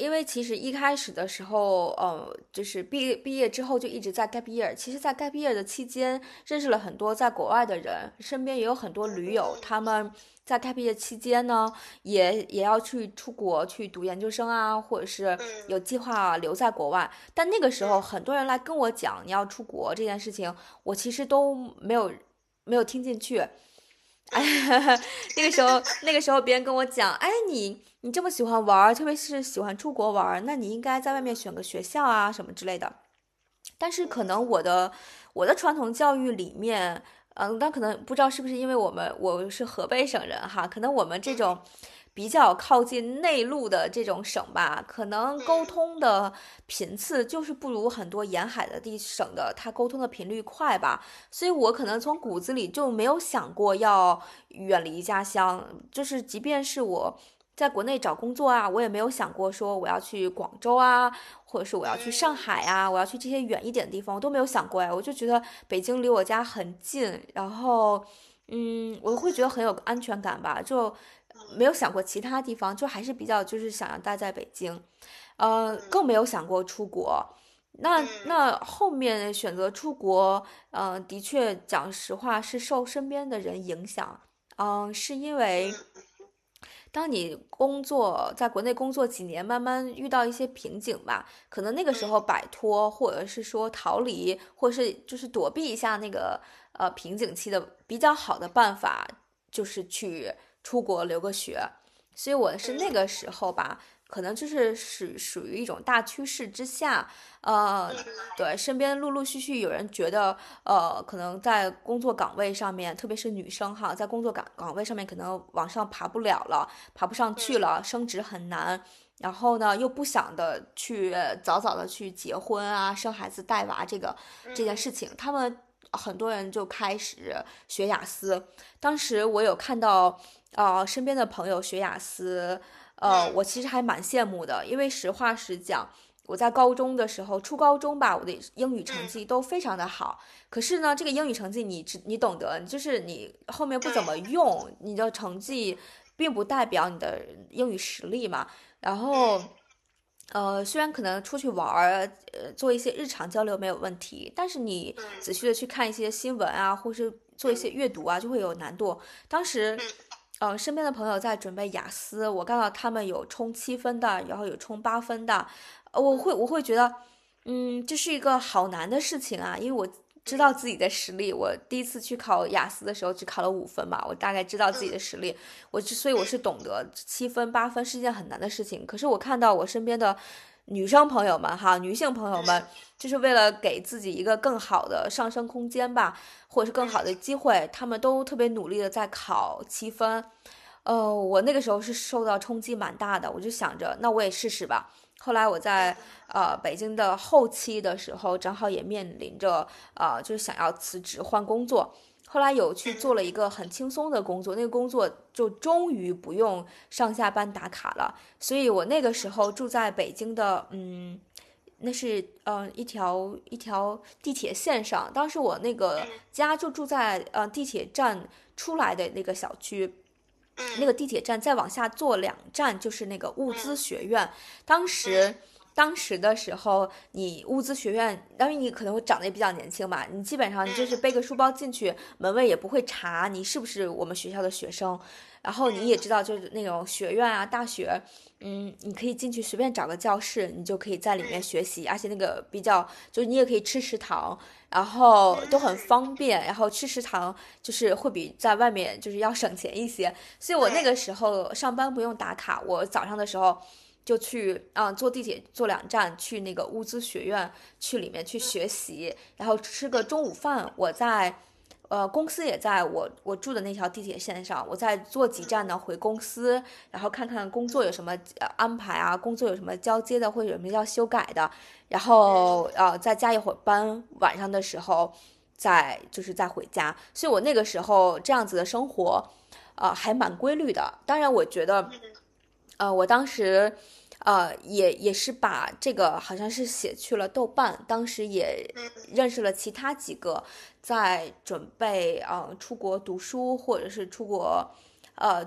因为其实一开始的时候，呃，就是毕业毕业之后就一直在 gap year。其实，在 gap year 的期间，认识了很多在国外的人，身边也有很多驴友，他们在 gap year 期间呢，也也要去出国去读研究生啊，或者是有计划留在国外。但那个时候，很多人来跟我讲你要出国这件事情，我其实都没有没有听进去。哎，那个时候，那个时候别人跟我讲，哎，你你这么喜欢玩儿，特别是喜欢出国玩儿，那你应该在外面选个学校啊，什么之类的。但是可能我的我的传统教育里面，嗯，但可能不知道是不是因为我们我是河北省人哈，可能我们这种比较靠近内陆的这种省吧，可能沟通的频次就是不如很多沿海的地省的，它沟通的频率快吧，所以我可能从骨子里就没有想过要远离家乡，就是即便是我。在国内找工作啊，我也没有想过说我要去广州啊，或者是我要去上海啊，我要去这些远一点的地方，我都没有想过哎，我就觉得北京离我家很近，然后，嗯，我会觉得很有安全感吧，就没有想过其他地方，就还是比较就是想要待在北京，呃，更没有想过出国。那那后面选择出国，嗯、呃，的确讲实话是受身边的人影响，嗯、是因为。当你工作在国内工作几年，慢慢遇到一些瓶颈吧，可能那个时候摆脱，或者是说逃离，或者是就是躲避一下那个呃瓶颈期的比较好的办法，就是去出国留个学。所以我是那个时候吧，可能就是属属于一种大趋势之下，呃，对，身边陆陆续续有人觉得，呃，可能在工作岗位上面，特别是女生哈，在工作岗岗位上面可能往上爬不了了，爬不上去了，升职很难。然后呢，又不想的去早早的去结婚啊，生孩子带娃这个这件事情，他们很多人就开始学雅思。当时我有看到，呃，身边的朋友学雅思，呃，我其实还蛮羡慕的，因为实话实讲。我在高中的时候，初高中吧，我的英语成绩都非常的好。可是呢，这个英语成绩你知你懂得，就是你后面不怎么用，你的成绩并不代表你的英语实力嘛。然后，呃，虽然可能出去玩儿，呃，做一些日常交流没有问题，但是你仔细的去看一些新闻啊，或是做一些阅读啊，就会有难度。当时。呃，身边的朋友在准备雅思，我看到他们有冲七分的，然后有冲八分的，呃我会我会觉得，嗯，这是一个好难的事情啊，因为我知道自己的实力，我第一次去考雅思的时候只考了五分嘛，我大概知道自己的实力，我之所以我是懂得七分八分是一件很难的事情，可是我看到我身边的女生朋友们哈，女性朋友们，就是为了给自己一个更好的上升空间吧，或者是更好的机会，他们都特别努力的在考七分。呃，我那个时候是受到冲击蛮大的，我就想着，那我也试试吧。后来我在呃北京的后期的时候，正好也面临着呃就是想要辞职换工作。后来有去做了一个很轻松的工作，那个工作就终于不用上下班打卡了。所以我那个时候住在北京的，嗯，那是呃一条一条地铁线上。当时我那个家就住在呃地铁站出来的那个小区。那个地铁站再往下坐两站就是那个物资学院。当时，当时的时候，你物资学院，因为你可能会长得也比较年轻嘛，你基本上你就是背个书包进去，门卫也不会查你是不是我们学校的学生。然后你也知道，就是那种学院啊、大学，嗯，你可以进去随便找个教室，你就可以在里面学习，而且那个比较，就是你也可以吃食堂，然后都很方便，然后吃食堂就是会比在外面就是要省钱一些，所以我那个时候上班不用打卡，我早上的时候就去啊、呃坐地铁坐两站去那个物资学院去里面去学习，然后吃个中午饭，我在。呃，公司也在我我住的那条地铁线上，我再坐几站呢回公司，然后看看工作有什么呃安排啊，工作有什么交接的或者有什么要修改的，然后呃再加一会儿班，晚上的时候再就是再回家。所以我那个时候这样子的生活，呃还蛮规律的。当然，我觉得，呃，我当时。呃，也也是把这个好像是写去了豆瓣，当时也认识了其他几个在准备嗯、呃出国读书或者是出国，呃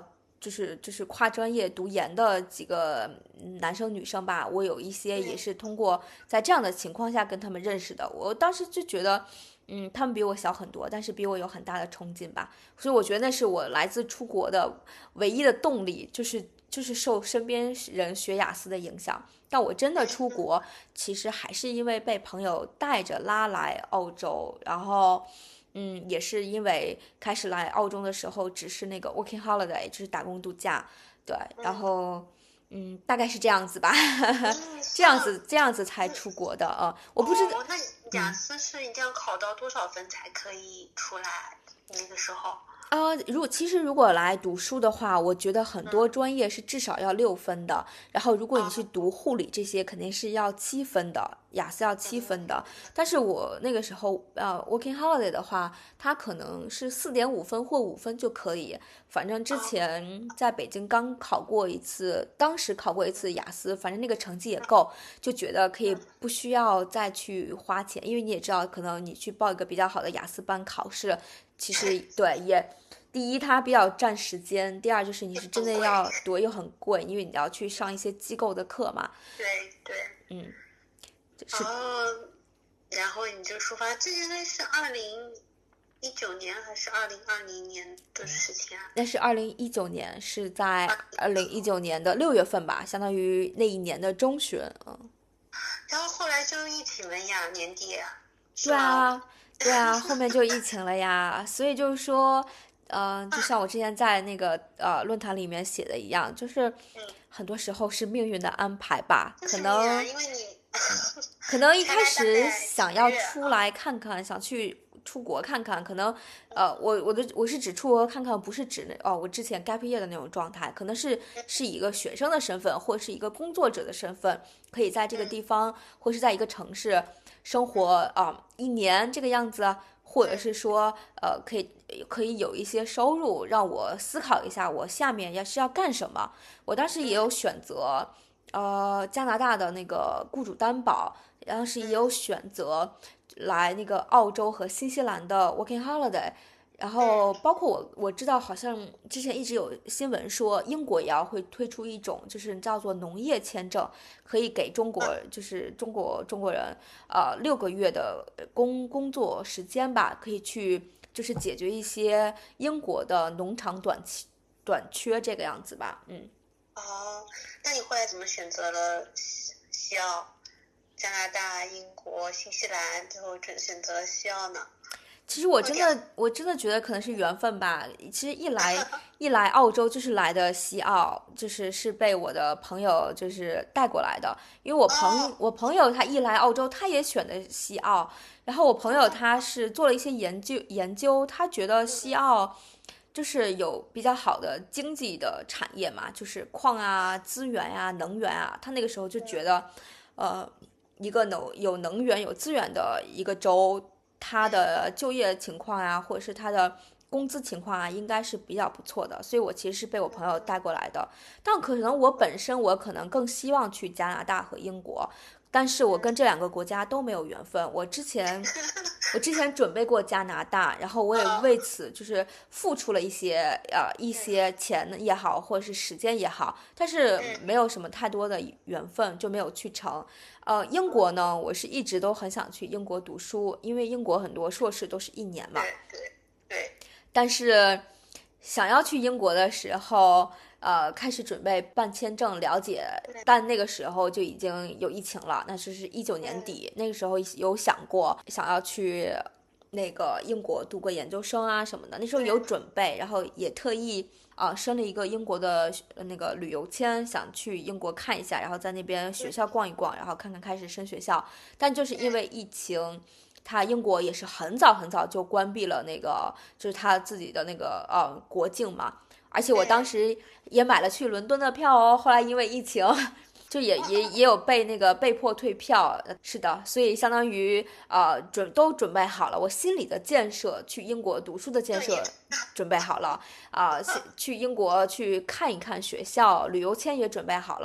就是就是跨专业读研的几个男生女生吧，我有一些也是通过在这样的情况下跟他们认识的。我当时就觉得，嗯，他们比我小很多，但是比我有很大的冲劲吧，所以我觉得那是我来自出国的唯一的动力，就是就是受身边人学雅思的影响。但我真的出国，其实还是因为被朋友带着拉来澳洲，然后。嗯，也是因为开始来澳洲的时候，只是那个 working holiday，就是打工度假，对，然后嗯，大概是这样子吧，这样子这样子才出国的啊、呃，我不知道。 哦，那雅思是一定要考到多少分才可以出来？那个时候？ 呃，如果其实如果来读书的话，我觉得很多专业是至少要六分的。然后如果你去读护理这些，肯定是要七分的，雅思要七分的。但是我那个时候呃 working holiday 的话，它可能是四点五分或五分就可以。反正之前在北京刚考过一次，当时考过一次雅思，反正那个成绩也够，就觉得可以不需要再去花钱，因为你也知道，可能你去报一个比较好的雅思班考试。其实对也，第一它比较占时间，第二就是你是真的要读又很贵，因为你要去上一些机构的课嘛。 对对， 嗯， 是。哦，然后你就出发，这应该是二零一九年还是二零二零年的事情啊？ 那是二零一九年，是在二零一九年的六月份吧，相当于那一年的中旬，嗯。 然后后来就疫情了呀，年底。 对啊。对啊，后面就疫情了呀，所以就是说，嗯、呃，就像我之前在那个呃论坛里面写的一样，就是很多时候是命运的安排吧，可能， 因为你可能一开始想要出来看看，想去出国看看，可能，呃，我我的我是指出国看看，不是指那哦，我之前 gap year 的那种状态，可能是是以一个学生的身份，或是一个工作者的身份，可以在这个地方，或是在一个城市。生活啊、呃，一年这个样子，或者是说，呃，可以可以有一些收入，让我思考一下，我下面要是要干什么。我当时也有选择，呃，加拿大的那个雇主担保，当时也有选择来那个澳洲和新西兰的 working holiday。然后包括我我知道，好像之前一直有新闻说，英国也要会推出一种就是叫做农业签证，可以给中国就是中国中国人呃六个月的工工作时间吧，可以去就是解决一些英国的农场短期短缺这个样子吧，嗯。 哦，那你后来怎么选择了西澳、加拿大、英国、新西兰，最后选选择了西澳呢？ 其实我真的，我真的觉得可能是缘分吧。其实一来一来澳洲就是来的西澳，就是是被我的朋友就是带过来的。因为我朋我朋友他一来澳洲，他也选的西澳。然后我朋友他是做了一些研究研究，他觉得西澳就是有比较好的经济的产业嘛，就是矿啊、资源啊、能源啊。他那个时候就觉得，呃，一个能有能源、有资源的一个州。他的就业情况啊，或者是他的工资情况啊，应该是比较不错的，所以我其实是被我朋友带过来的。但可能我本身我可能更希望去加拿大和英国，但是我跟这两个国家都没有缘分。我之前我之前准备过加拿大，然后我也为此就是付出了一些呃一些钱也好，或者是时间也好，但是没有什么太多的缘分，就没有去成。呃，英国呢，我是一直都很想去英国读书，因为英国很多硕士都是一年嘛。 对对对。 但是想要去英国的时候，呃，开始准备办签证，了解，但那个时候就已经有疫情了，那就是一九年底，那个时候有想过想要去那个英国读个研究生啊什么的，那时候有准备，然后也特意。啊，申了一个英国的那个旅游签，想去英国看一下，然后在那边学校逛一逛，然后看看开始升学校。但就是因为疫情，他英国也是很早很早就关闭了那个，就是他自己的那个呃国境嘛。而且我当时也买了去伦敦的票哦，后来因为疫情。就也也也有被那个被迫退票，是的，所以相当于呃准都准备好了，我心里的建设，去英国读书的建设准备好了啊、呃，去英国去看一看学校，旅游签也准备好了，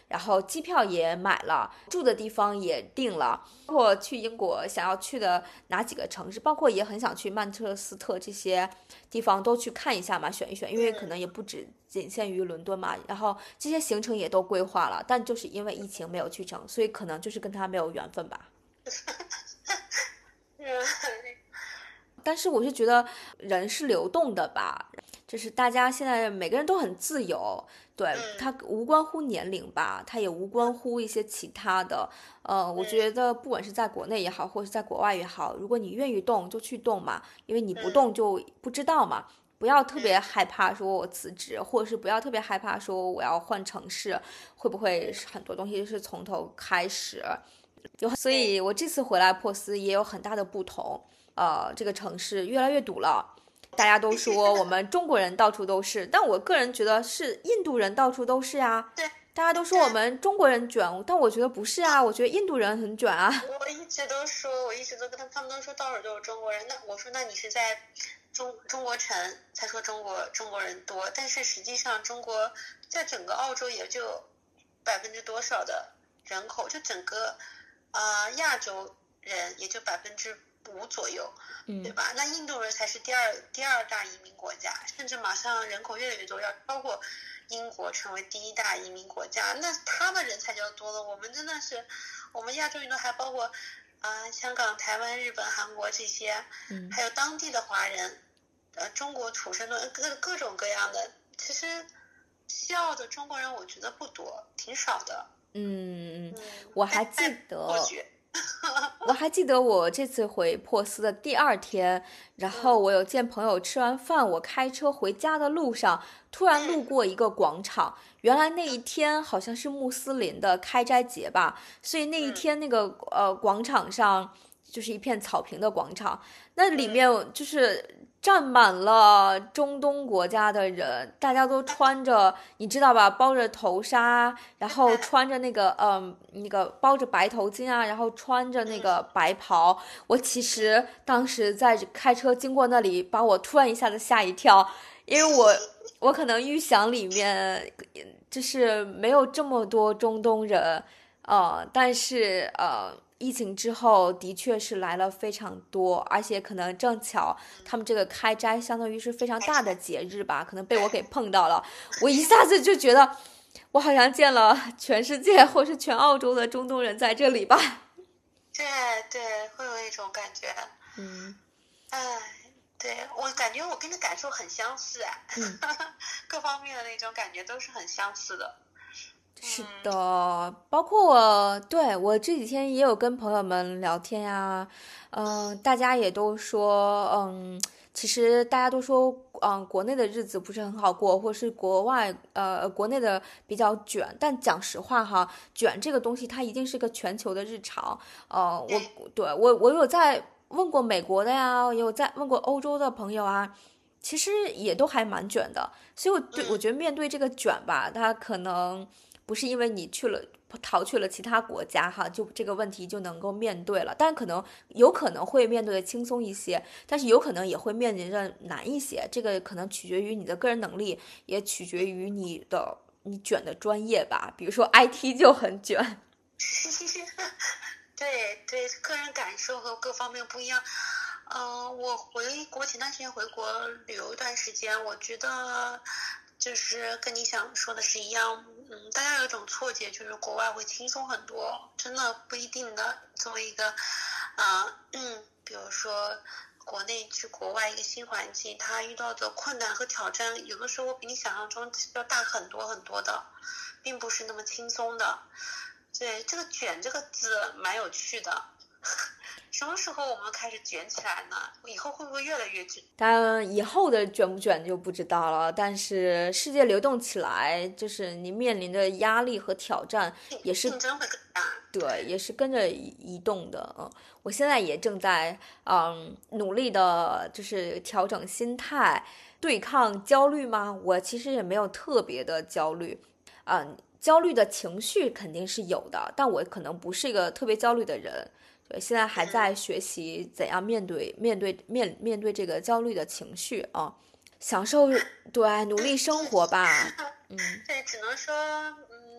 然后机票也买了，住的地方也定了，包括去英国想要去的哪几个城市，包括也很想去曼彻斯特这些地方都去看一下嘛，选一选，因为可能也不止仅限于伦敦嘛，然后这些行程也都规划了，但就是因为疫情没有去成，所以可能就是跟他没有缘分吧。但是我是觉得人是流动的吧，就是大家现在每个人都很自由，对，它无关乎年龄吧，它也无关乎一些其他的。呃，我觉得不管是在国内也好，或是在国外也好，如果你愿意动就去动嘛，因为你不动就不知道嘛。不要特别害怕说我辞职，或者是不要特别害怕说我要换城市，会不会很多东西是从头开始。有，所以我这次回来珀斯也有很大的不同。呃，这个城市越来越堵了，大家都说我们中国人到处都是，但我个人觉得是印度人到处都是啊。 对， 大家都说我们中国人卷，但我觉得不是啊，我觉得印度人很卷啊。 我一直都说，我一直都跟他们，他们都说到处都是中国人。那我说，那你是在中中国城才说中国中国人多，但是实际上中国在整个澳洲也就百分之多少的人口，就整个啊、呃、亚洲人也就百分之五左右，对吧？那印度人才是第二第二大移民国家，甚至马上人口越来越多，要超过英国成为第一大移民国家，那他们人才叫多了。我们真的是，我们亚洲人都还包括啊、呃、香港、台湾、日本、韩国这些，还有当地的华人，呃，中国土生的各各种各样的。其实西澳的中国人我觉得不多，挺少的。 嗯，我还记得。 我觉我还记得我这次回珀斯的第二天，然后我有见朋友吃完饭，我开车回家的路上，突然路过一个广场，原来那一天好像是穆斯林的开斋节吧，所以那一天那个呃广场上就是一片草坪的广场，那里面就是站满了中东国家的人，大家都穿着，你知道吧，包着头纱，然后穿着那个嗯那个包着白头巾啊，然后穿着那个白袍。我其实当时在开车经过那里，把我突然一下子吓一跳，因为我我可能预想里面就是没有这么多中东人，呃，但是呃。疫情之后的确是来了非常多，而且可能正巧他们这个开斋相当于是非常大的节日吧，可能被我给碰到了，我一下子就觉得我好像见了全世界或是全澳洲的中东人在这里吧。 对对，会有一种感觉。 嗯， 哎，对，我感觉我跟你感受很相似啊， 嗯各方面的那种感觉都是很相似的。 是的，包括我，对，我这几天也有跟朋友们聊天呀，嗯、大家也都说，嗯，其实大家都说，嗯，国内的日子不是很好过，或是国外，呃，国内的比较卷。但讲实话哈，卷这个东西它一定是个全球的日常。呃，我对我我有在问过美国的呀，也有在问过欧洲的朋友啊。其实也都还蛮卷的，所以我对我觉得面对这个卷吧，它可能不是因为你去了逃去了其他国家哈，就这个问题就能够面对了，但可能有可能会面对的轻松一些，但是有可能也会面临着难一些，这个可能取决于你的个人能力，也取决于你的你卷的专业吧，比如说 I T 就很卷。 对对，个人感受和各方面不一样。嗯、呃，我回国前段时间回国旅游一段时间，我觉得就是跟你想说的是一样。嗯，大家有一种错觉，就是国外会轻松很多，真的不一定的。作为一个，啊、呃，嗯，比如说国内去国外一个新环境，他遇到的困难和挑战，有的时候比你想象中要大很多很多的，并不是那么轻松的。对，这个卷这个字蛮有趣的。什么时候我们开始卷起来呢？以后会不会越来越卷？ 当然，以后的卷不卷就不知道了。但是世界流动起来，就是你面临的压力和挑战也是竞争会更大。 对，也是跟着移动的。嗯，我现在也正在嗯努力的，就是调整心态，对抗焦虑吗？我其实也没有特别的焦虑，嗯，焦虑的情绪肯定是有的，但我可能不是一个特别焦虑的人。对，现在还在学习怎样面对面对面面对这个焦虑的情绪啊，享受对努力生活吧。嗯， 对，只能说嗯，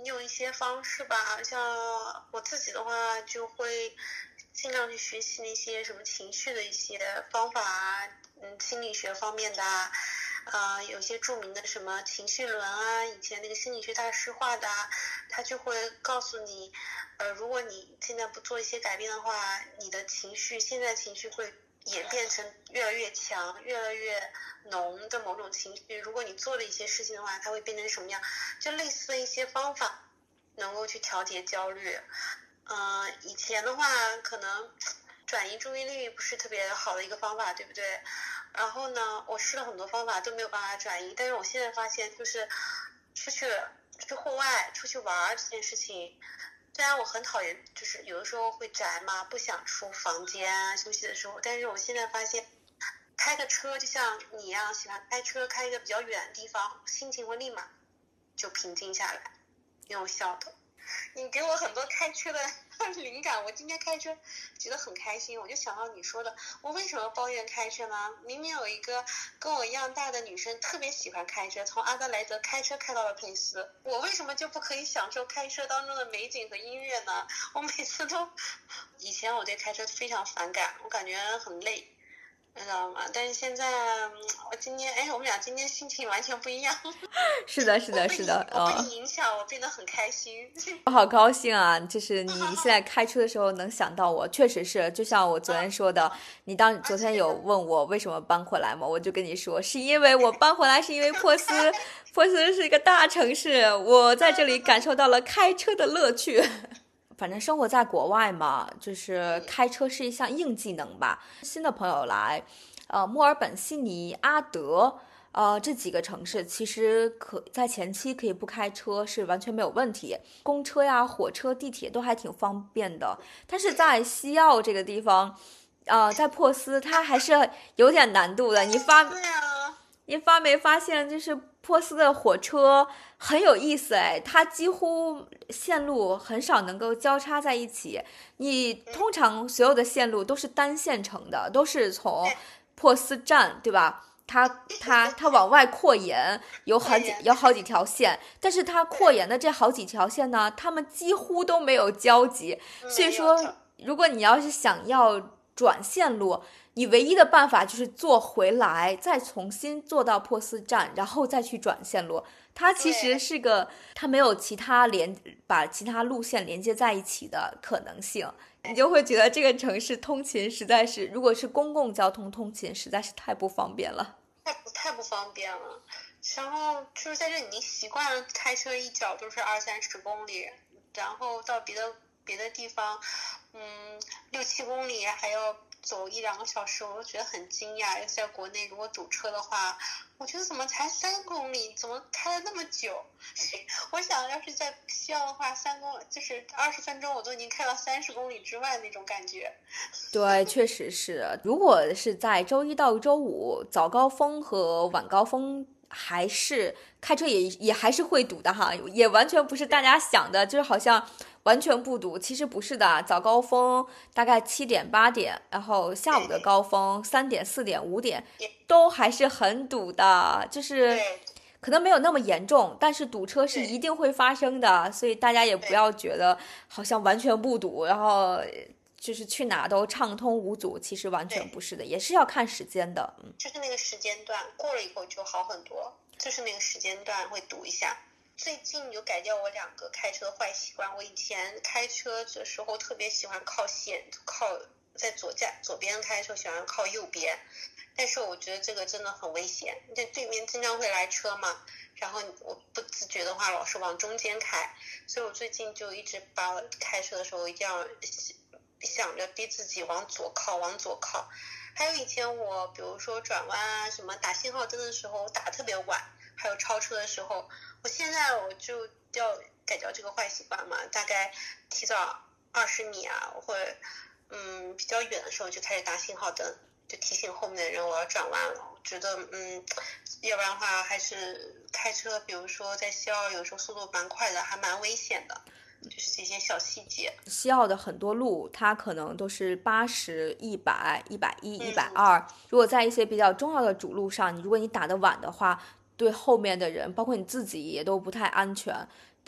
用一些方式吧，像我自己的话就会尽量去学习那些什么情绪的一些方法啊，嗯，心理学方面的啊，呃，有些著名的什么情绪轮啊，以前那个心理学大师画的啊，他就会告诉你，呃，如果你现在不做一些改变的话，你的情绪现在情绪会演变成越来越强、越来越浓的某种情绪。如果你做了一些事情的话，它会变成什么样？就类似的一些方法，能够去调节焦虑。嗯、呃，以前的话可能转移注意力不是特别好的一个方法，对不对？然后呢，我试了很多方法都没有办法转移，但是我现在发现，就是出去出去户外、出去玩这件事情。虽然我很讨厌，就是有的时候会宅嘛，不想出房间啊，休息的时候，但是我现在发现，开个车就像你一样喜欢开车，开一个比较远的地方，心情会立马就平静下来，挺有效的。你给我很多开车的灵感，我今天开车觉得很开心，我就想到你说的，我为什么抱怨开车呢？明明有一个跟我一样大的女生特别喜欢开车，从阿德莱德开车开到了佩斯，我为什么就不可以享受开车当中的美景和音乐呢？我每次都，以前我对开车非常反感，我感觉很累，你知道吗？但是现在我今天，哎，我们俩今天心情完全不一样。 是的是的是的， 我被你影响，我变得很开心。 我好高兴啊，就是你现在开车的时候能想到我，确实是就像我昨天说的，你当昨天有问我为什么搬回来嘛，我就跟你说是因为我搬回来是因为珀斯珀斯是一个大城市，我在这里感受到了开车的乐趣。反正生活在国外嘛，就是开车是一项硬技能吧。新的朋友来，呃，墨尔本、悉尼、阿德，呃，这几个城市其实可在前期可以不开车是完全没有问题，公车呀、火车、地铁都还挺方便的。但是在西澳这个地方，呃，在珀斯它还是有点难度的。你发，你发没发现，就是珀斯的火车很有意思哎，它几乎线路很少能够交叉在一起。你通常所有的线路都是单线程的，都是从珀斯站，对吧？它它它往外扩延，有好几有好几条线，但是它扩延的这好几条线呢，它们几乎都没有交集。所以说，如果你要是想要转线路，你唯一的办法就是坐回来，再重新坐到珀斯站，然后再去转线路。它其实是个，它没有其他连把其他路线连接在一起的可能性，你就会觉得这个城市通勤实在是，如果是公共交通通勤，实在是太不方便了， 太不太不方便了。然后就是在这，你习惯了开车一脚都是二三十公里，然后到别的别的地方，嗯，六七公里还要走一两个小时，我都觉得很惊讶。在国内如果堵车的话，我觉得怎么才三公里，怎么开了那么久？我想要是在西澳的话，三公就是二十分钟，我都已经开到三十公里之外那种感觉。 对，确实是。如果是在周一到周五早高峰和晚高峰，还是开车也也还是会堵的哈，也完全不是大家想的，就是好像完全不堵，其实不是的。早高峰大概七点八点，然后下午的高峰三点四点五点都还是很堵的，就是可能没有那么严重，但是堵车是一定会发生的，所以大家也不要觉得好像完全不堵，然后就是去哪都畅通无阻，其实完全不是的，也是要看时间的。 嗯，就是那个时间段过了以后就好很多，就是那个时间段会堵一下。最近有改掉我两个开车的坏习惯，我以前开车的时候特别喜欢靠线，靠在左驾左边开车喜欢靠右边，但是我觉得这个真的很危险，这对面经常会来车嘛，然后我不自觉的话老是往中间开，所以我最近就一直把我开车的时候一定要想着逼自己往左靠往左靠。还有以前我比如说转弯啊什么打信号灯的时候我打特别晚，还有超车的时候，我现在我就要改掉这个坏习惯嘛，大概提早二十米啊，或者嗯比较远的时候就开始打信号灯，就提醒后面的人我要转弯了。我觉得嗯要不然的话还是开车比如说在西澳有时候速度蛮快的，还蛮危险的，就是这些小细节。 西澳的很多路它可能都是八十、一百、一百一、一百二，如果在一些比较重要的主路上，你如果你打得晚的话，对后面的人包括你自己也都不太安全。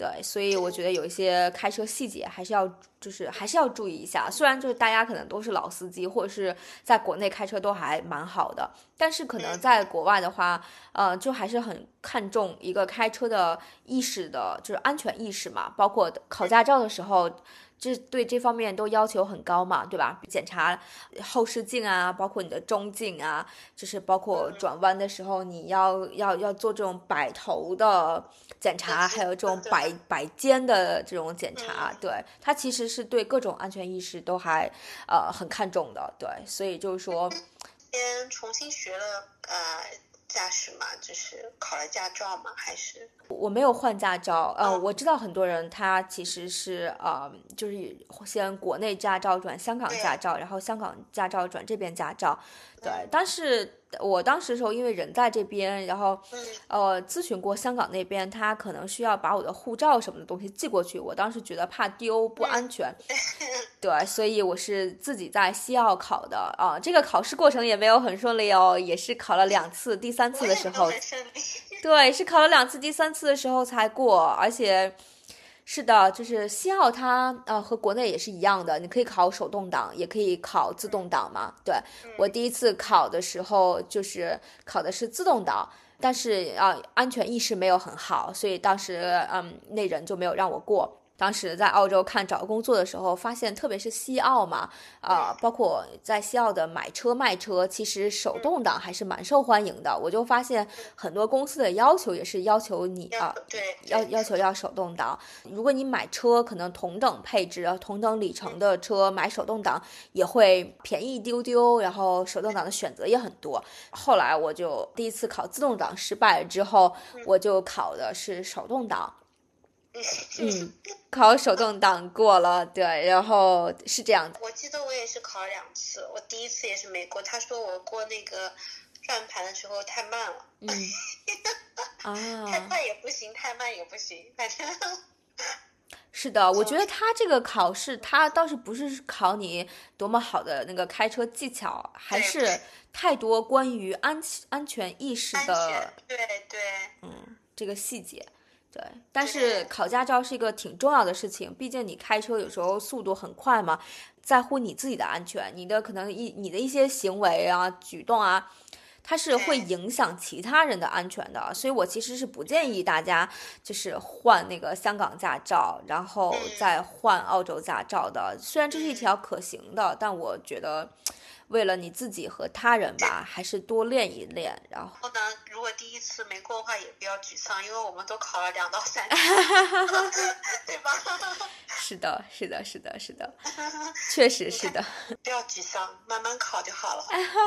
对，所以我觉得有一些开车细节还是要，就是还是要注意一下。虽然就是大家可能都是老司机，或者是在国内开车都还蛮好的，但是可能在国外的话，呃，就还是很看重一个开车的意识的，就是安全意识嘛。包括考驾照的时候，这对这方面都要求很高嘛，对吧？检查后视镜啊，包括你的中镜啊，就是包括转弯的时候，你要要要做这种摆头的检查，还有这种摆摆肩的这种检查。对，它其实是对各种安全意识都还呃很看重的。对，所以就是说， 先重新学了呃驾驶嘛，就是考了驾照嘛，还是？ 我没有换驾照，呃， 哦我知道很多人他其实是呃，就是先国内驾照转香港驾照，然后香港驾照转这边驾照，对。但是我当时的时候，因为人在这边，然后呃咨询过香港那边，他可能需要把我的护照什么的东西寄过去，我当时觉得怕丢不安全，对，所以我是自己在西澳考的啊、这个考试过程也没有很顺利哦，也是考了两次，第三次的时候。对，是考了两次，第三次的时候才过，而且是的，就是西澳它呃和国内也是一样的，你可以考手动挡，也可以考自动挡嘛。对，我第一次考的时候就是考的是自动挡，但是啊、呃、安全意识没有很好，所以当时嗯那人就没有让我过。当时在澳洲看找工作的时候，发现特别是西澳嘛，啊、呃，包括在西澳的买车卖车，其实手动挡还是蛮受欢迎的。我就发现很多公司的要求也是要求你啊、呃， 对， 要要求要手动挡。如果你买车可能同等配置、同等里程的车，买手动挡也会便宜一丢丢，然后手动挡的选择也很多。后来我就第一次考自动挡失败了之后，我就考的是手动挡。嗯，考手动挡过了，对，然后是这样的。 我记得我也是考了两次，我第一次也是没过，他说我过那个转盘的时候太慢了。 嗯，啊， 太快也不行，太慢也不行，反正。 是的，我觉得他这个考试，他倒是不是考你多么好的那个开车技巧，还是太多关于安安全意识的， 对对， 嗯，这个细节。对，但是考驾照是一个挺重要的事情，毕竟你开车有时候速度很快嘛，在乎你自己的安全，你的可能一你的一些行为啊、举动啊，它是会影响其他人的安全的，所以我其实是不建议大家就是换那个香港驾照，然后再换澳洲驾照的。虽然这是一条可行的，但我觉得为了你自己和他人吧，还是多练一练。然后呢，如果第一次没过的话，也不要沮丧，因为我们都考了两到三次，对吧？ 是的，是的，是的，是的，确实是的。 不要沮丧，慢慢考就好了。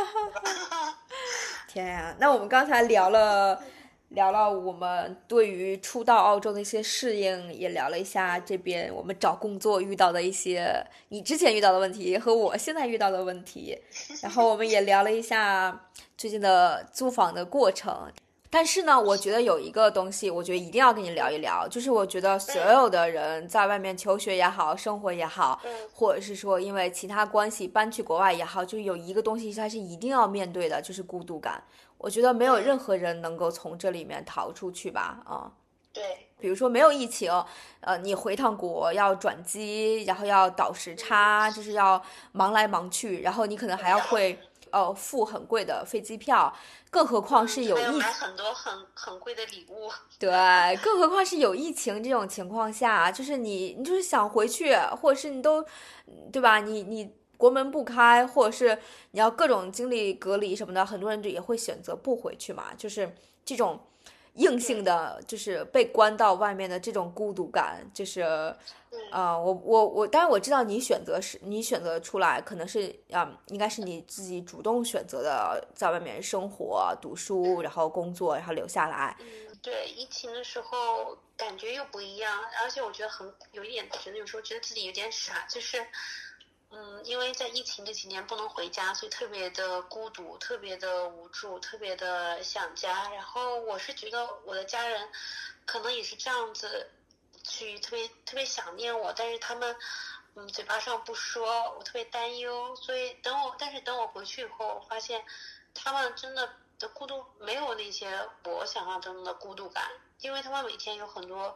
天呀，那我们刚才聊了。聊了我们对于初到澳洲的一些适应，也聊了一下这边我们找工作遇到的一些你之前遇到的问题和我现在遇到的问题，然后我们也聊了一下最近的租房的过程。但是呢，我觉得有一个东西，我觉得一定要跟你聊一聊，就是我觉得所有的人在外面求学也好，生活也好，或者是说因为其他关系搬去国外也好，就有一个东西它是一定要面对的，就是孤独感。我觉得没有任何人能够从这里面逃出去吧，啊、嗯， 对， 比如说没有疫情，呃，你回趟国要转机，然后要倒时差，就是要忙来忙去，然后你可能还要会呃付很贵的飞机票，更何况是有疫情， 买很多很很贵的礼物， 对，更何况是有疫情这种情况下，就是你你就是想回去，或者是你都，对吧？你你。国门不开，或者是你要各种经历隔离什么的，很多人就也会选择不回去嘛。就是这种硬性的，就是被关到外面的这种孤独感，就是啊、呃，我我我，当然我知道你选择是你选择出来，可能是啊、呃，应该是你自己主动选择的，在外面生活、读书，然后工作，然后留下来。 嗯，对，疫情的时候感觉又不一样，而且我觉得很有一点，觉得有时候觉得自己有点傻，就是。嗯，因为在疫情这几年不能回家，所以特别的孤独，特别的无助，特别的想家。然后我是觉得我的家人可能也是这样子，去特别特别想念我，但是他们嗯嘴巴上不说，我特别担忧。所以等我，但是等我回去以后，我发现他们真的的孤独没有那些我想象中的孤独感，因为他们每天有很多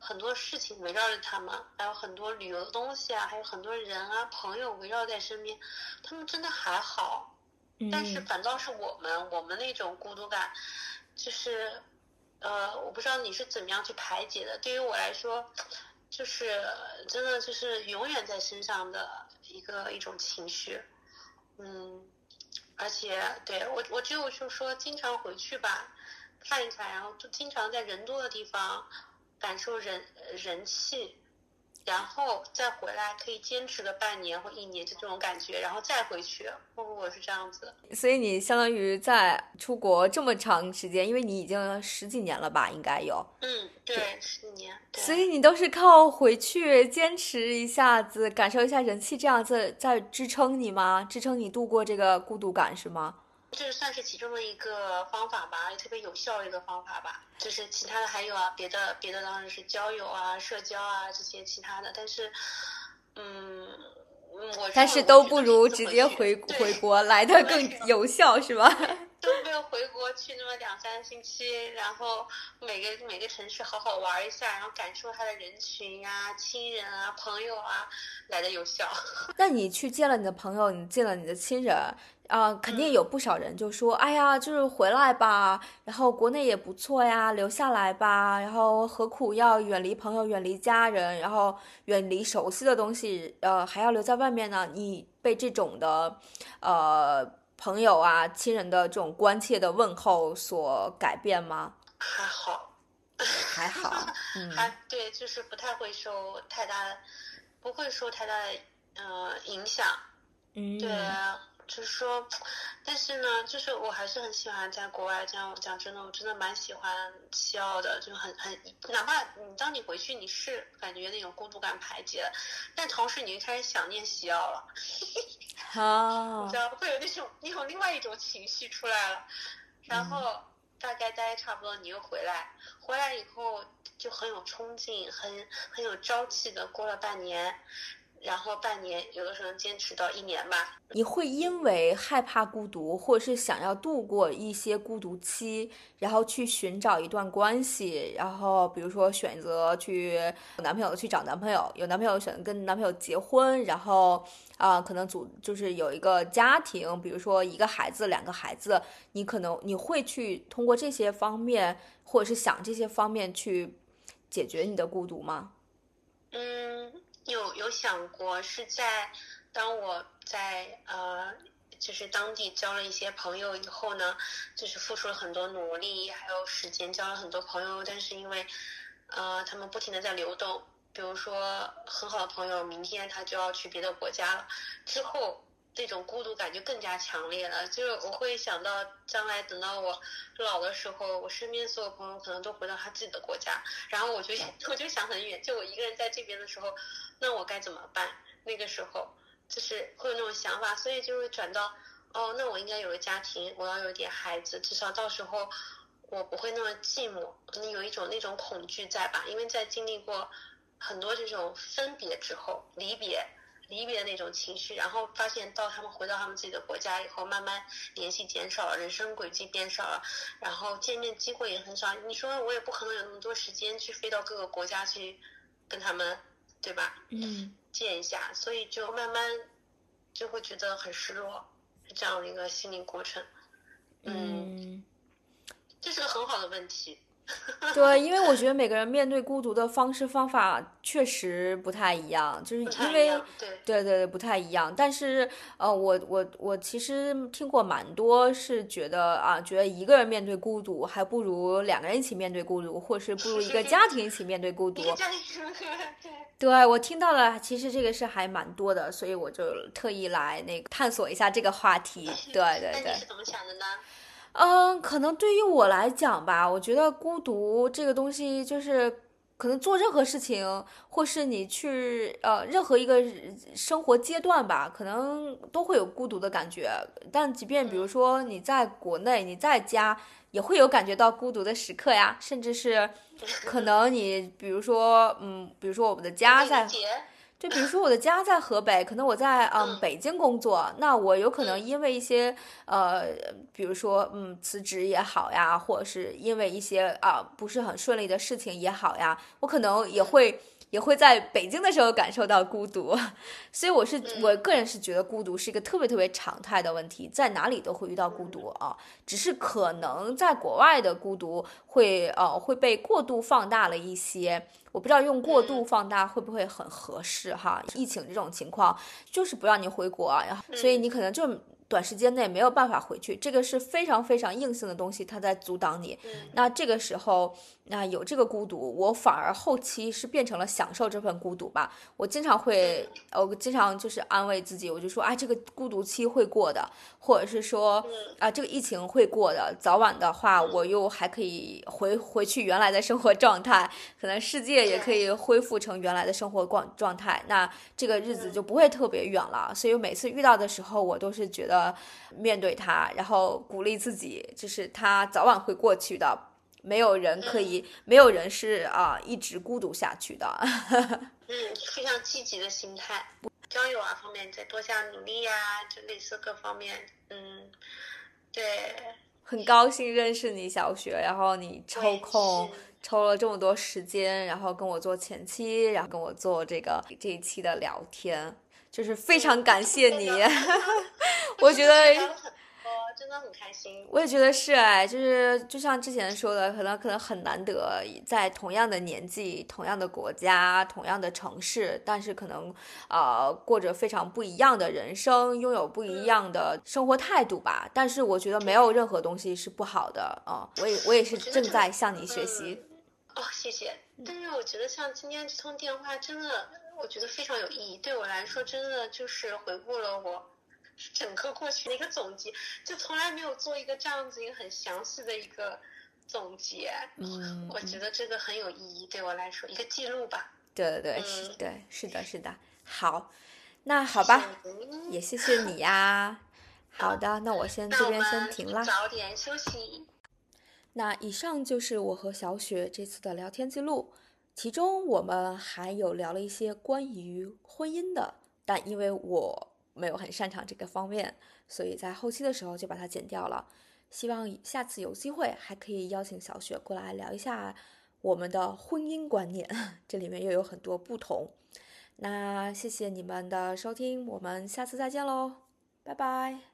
很多事情围绕着他们，还有很多旅游的东西啊，还有很多人啊朋友围绕在身边，他们真的还好。但是反倒是我们我们那种孤独感，就是呃我不知道你是怎么样去排解的，对于我来说就是真的就是永远在身上的一个一种情绪。嗯，而且对我我只有就说经常回去吧，看一看，然后就经常在人多的地方感受人人气，然后再回来可以坚持个半年或一年，就这种感觉，然后再回去。我我是这样子。 所以你相当于在出国这么长时间，因为你已经十几年了吧，应该有。 嗯，对，十几年。 所以你都是靠回去坚持一下子，感受一下人气，这样子在支撑你吗？支撑你度过这个孤独感是吗？ 这算是其中的一个方法吧，也特别有效的一个方法吧。就是其他的还有啊，别的别的当然是交友啊、社交啊这些其他的，但是，嗯，我但是都不如直接回回国来的更有效，是吧？ 都没有回国去那么两三个星期，然后每个每个城市好好玩一下，然后感受它的人群呀、亲人啊、朋友啊来的有效。 那你去见了你的朋友，你见了你的亲人，啊、呃，肯定有不少人就说，哎呀，就是回来吧，然后国内也不错呀，留下来吧，然后何苦要远离朋友、远离家人，然后远离熟悉的东西，呃，还要留在外面呢？你被这种的，呃。朋友啊、亲人的这种关切的问候所改变吗？ 还好， 还好，嗯， 还对，就是不太会受太大的，不会受太大的呃影响。 嗯， 对，就是说，但是呢，就是我还是很喜欢在国外。这样讲真的，我真的蛮喜欢西澳的，就很很，哪怕你当你回去，你是感觉那种孤独感排解了，但同时你就开始想念西澳了。 哦， 你知道会有那种你有另外一种情绪出来了，然后大概待差不多你又回来，回来以后就很有冲劲，很很有朝气的过了半年。然后半年，有的时候坚持到一年吧。 你会因为害怕孤独，或者是想要度过一些孤独期，然后去寻找一段关系，然后比如说选择去有男朋友去找男朋友，有男朋友选择跟男朋友结婚，然后啊、呃，可能组就是有一个家庭，比如说一个孩子、两个孩子，你可能你会去通过这些方面，或者是想这些方面去解决你的孤独吗？ 嗯。有有想过，是在当我在呃，就是当地交了一些朋友以后呢，就是付出了很多努力，还有时间交了很多朋友，但是因为呃，他们不停的在流动，比如说很好的朋友，明天他就要去别的国家了，之后那种孤独感就更加强烈了。就是我会想到将来等到我老的时候，我身边所有朋友可能都回到他自己的国家，然后我就我就想很远，就我一个人在这边的时候，那我该怎么办？那个时候就是会有那种想法，所以就会转到哦，那我应该有个家庭，我要有点孩子，至少到时候我不会那么寂寞。你有一种那种恐惧在吧？因为在经历过很多这种分别之后，离别。离别的那种情绪，然后发现到他们回到他们自己的国家以后，慢慢联系减少了，人生轨迹变少了，然后见面机会也很少。你说我也不可能有那么多时间去飞到各个国家去跟他们，对吧？ 嗯， 见一下，所以就慢慢就会觉得很失落，是这样的一个心理过程。嗯，嗯，这是个很好的问题。 对，因为我觉得每个人面对孤独的方式方法确实不太一样，就是因为对对对对不太一样。但是呃，我我我其实听过蛮多是觉得啊，觉得一个人面对孤独还不如两个人一起面对孤独，或是不如一个家庭一起面对孤独。对，我听到了，其实这个是还蛮多的，所以我就特意来那个探索一下这个话题。对对对。 那你是怎么想的呢？ 嗯，可能对于我来讲吧，我觉得孤独这个东西，就是可能做任何事情，或是你去呃任何一个生活阶段吧，可能都会有孤独的感觉。但即便比如说你在国内，你在家，也会有感觉到孤独的时刻呀，甚至是可能你比如说，嗯，比如说我们的家在。 对，比如说我的家在河北，可能我在嗯嗯北京工作，那我有可能嗯因为一些呃，比如说嗯辞职也好呀，或者是因为一些啊、不是很顺利的事情也好呀，我可能也会也会在北京的时候感受到孤独，所以我是我嗯个人是觉得孤独是一个特别特别常态的问题，在哪里都会遇到孤独啊，只是可能在国外的孤独会呃会被过度放大了一些。我不知道用过度放大会不会很合适哈？疫情这种情况就是不让你回国，然后所以你可能就短时间内没有办法回去，这个是非常非常硬性的东西，它在阻挡你。那这个时候，那有这个孤独，我反而后期是变成了享受这份孤独吧。我经常会，我经常就是安慰自己，我就说，啊，这个孤独期会过的，或者是说，啊，这个疫情会过的，早晚的话，我又还可以回回去原来的生活状态，可能世界也可以恢复成原来的生活状状态，那这个日子就不会特别远了。所以我每次遇到的时候，我都是觉得面对它，然后鼓励自己，就是它早晚会过去的。没有人可以， 嗯、 没有人是啊、呃、一直孤独下去的。 嗯，非常积极的心态，交友啊方面再多加努力呀、啊，就类似各方面，嗯，对。 很高兴认识你，小雪，然后你抽空抽了这么多时间，然后跟我做前期，然后跟我做这个这一期的聊天，就是非常感谢你。我觉得。 真的很开心， 我也觉得是哎，就是就像之前说的，可能可能很难得在同样的年纪、同样的国家、同样的城市，但是可能呃过着非常不一样的人生，拥有不一样的生活态度吧。但是我觉得没有任何东西是不好的啊、呃，我也我也是正在向你学习。 嗯、哦，谢谢。但是我觉得像今天这通电话，真的我觉得非常有意义，对我来说真的就是回顾了我。整个过去的一个总结，就从来没有做一个这样子一个很详细的一个总结。 嗯， 我觉得这个很有意义，对我来说一个记录吧。 对对对， 嗯、 是，对，是的，是的。好，那好吧，也谢谢你呀。好的，那我先这边先停了。 早点休息。 那以上就是我和小雪这次的聊天记录，其中我们还有聊了一些关于婚姻的，但因为我没有很擅长这个方面，所以在后期的时候就把它剪掉了。希望下次有机会还可以邀请小雪过来聊一下我们的婚姻观念，这里面又有很多不同。那谢谢你们的收听，我们下次再见喽，拜拜。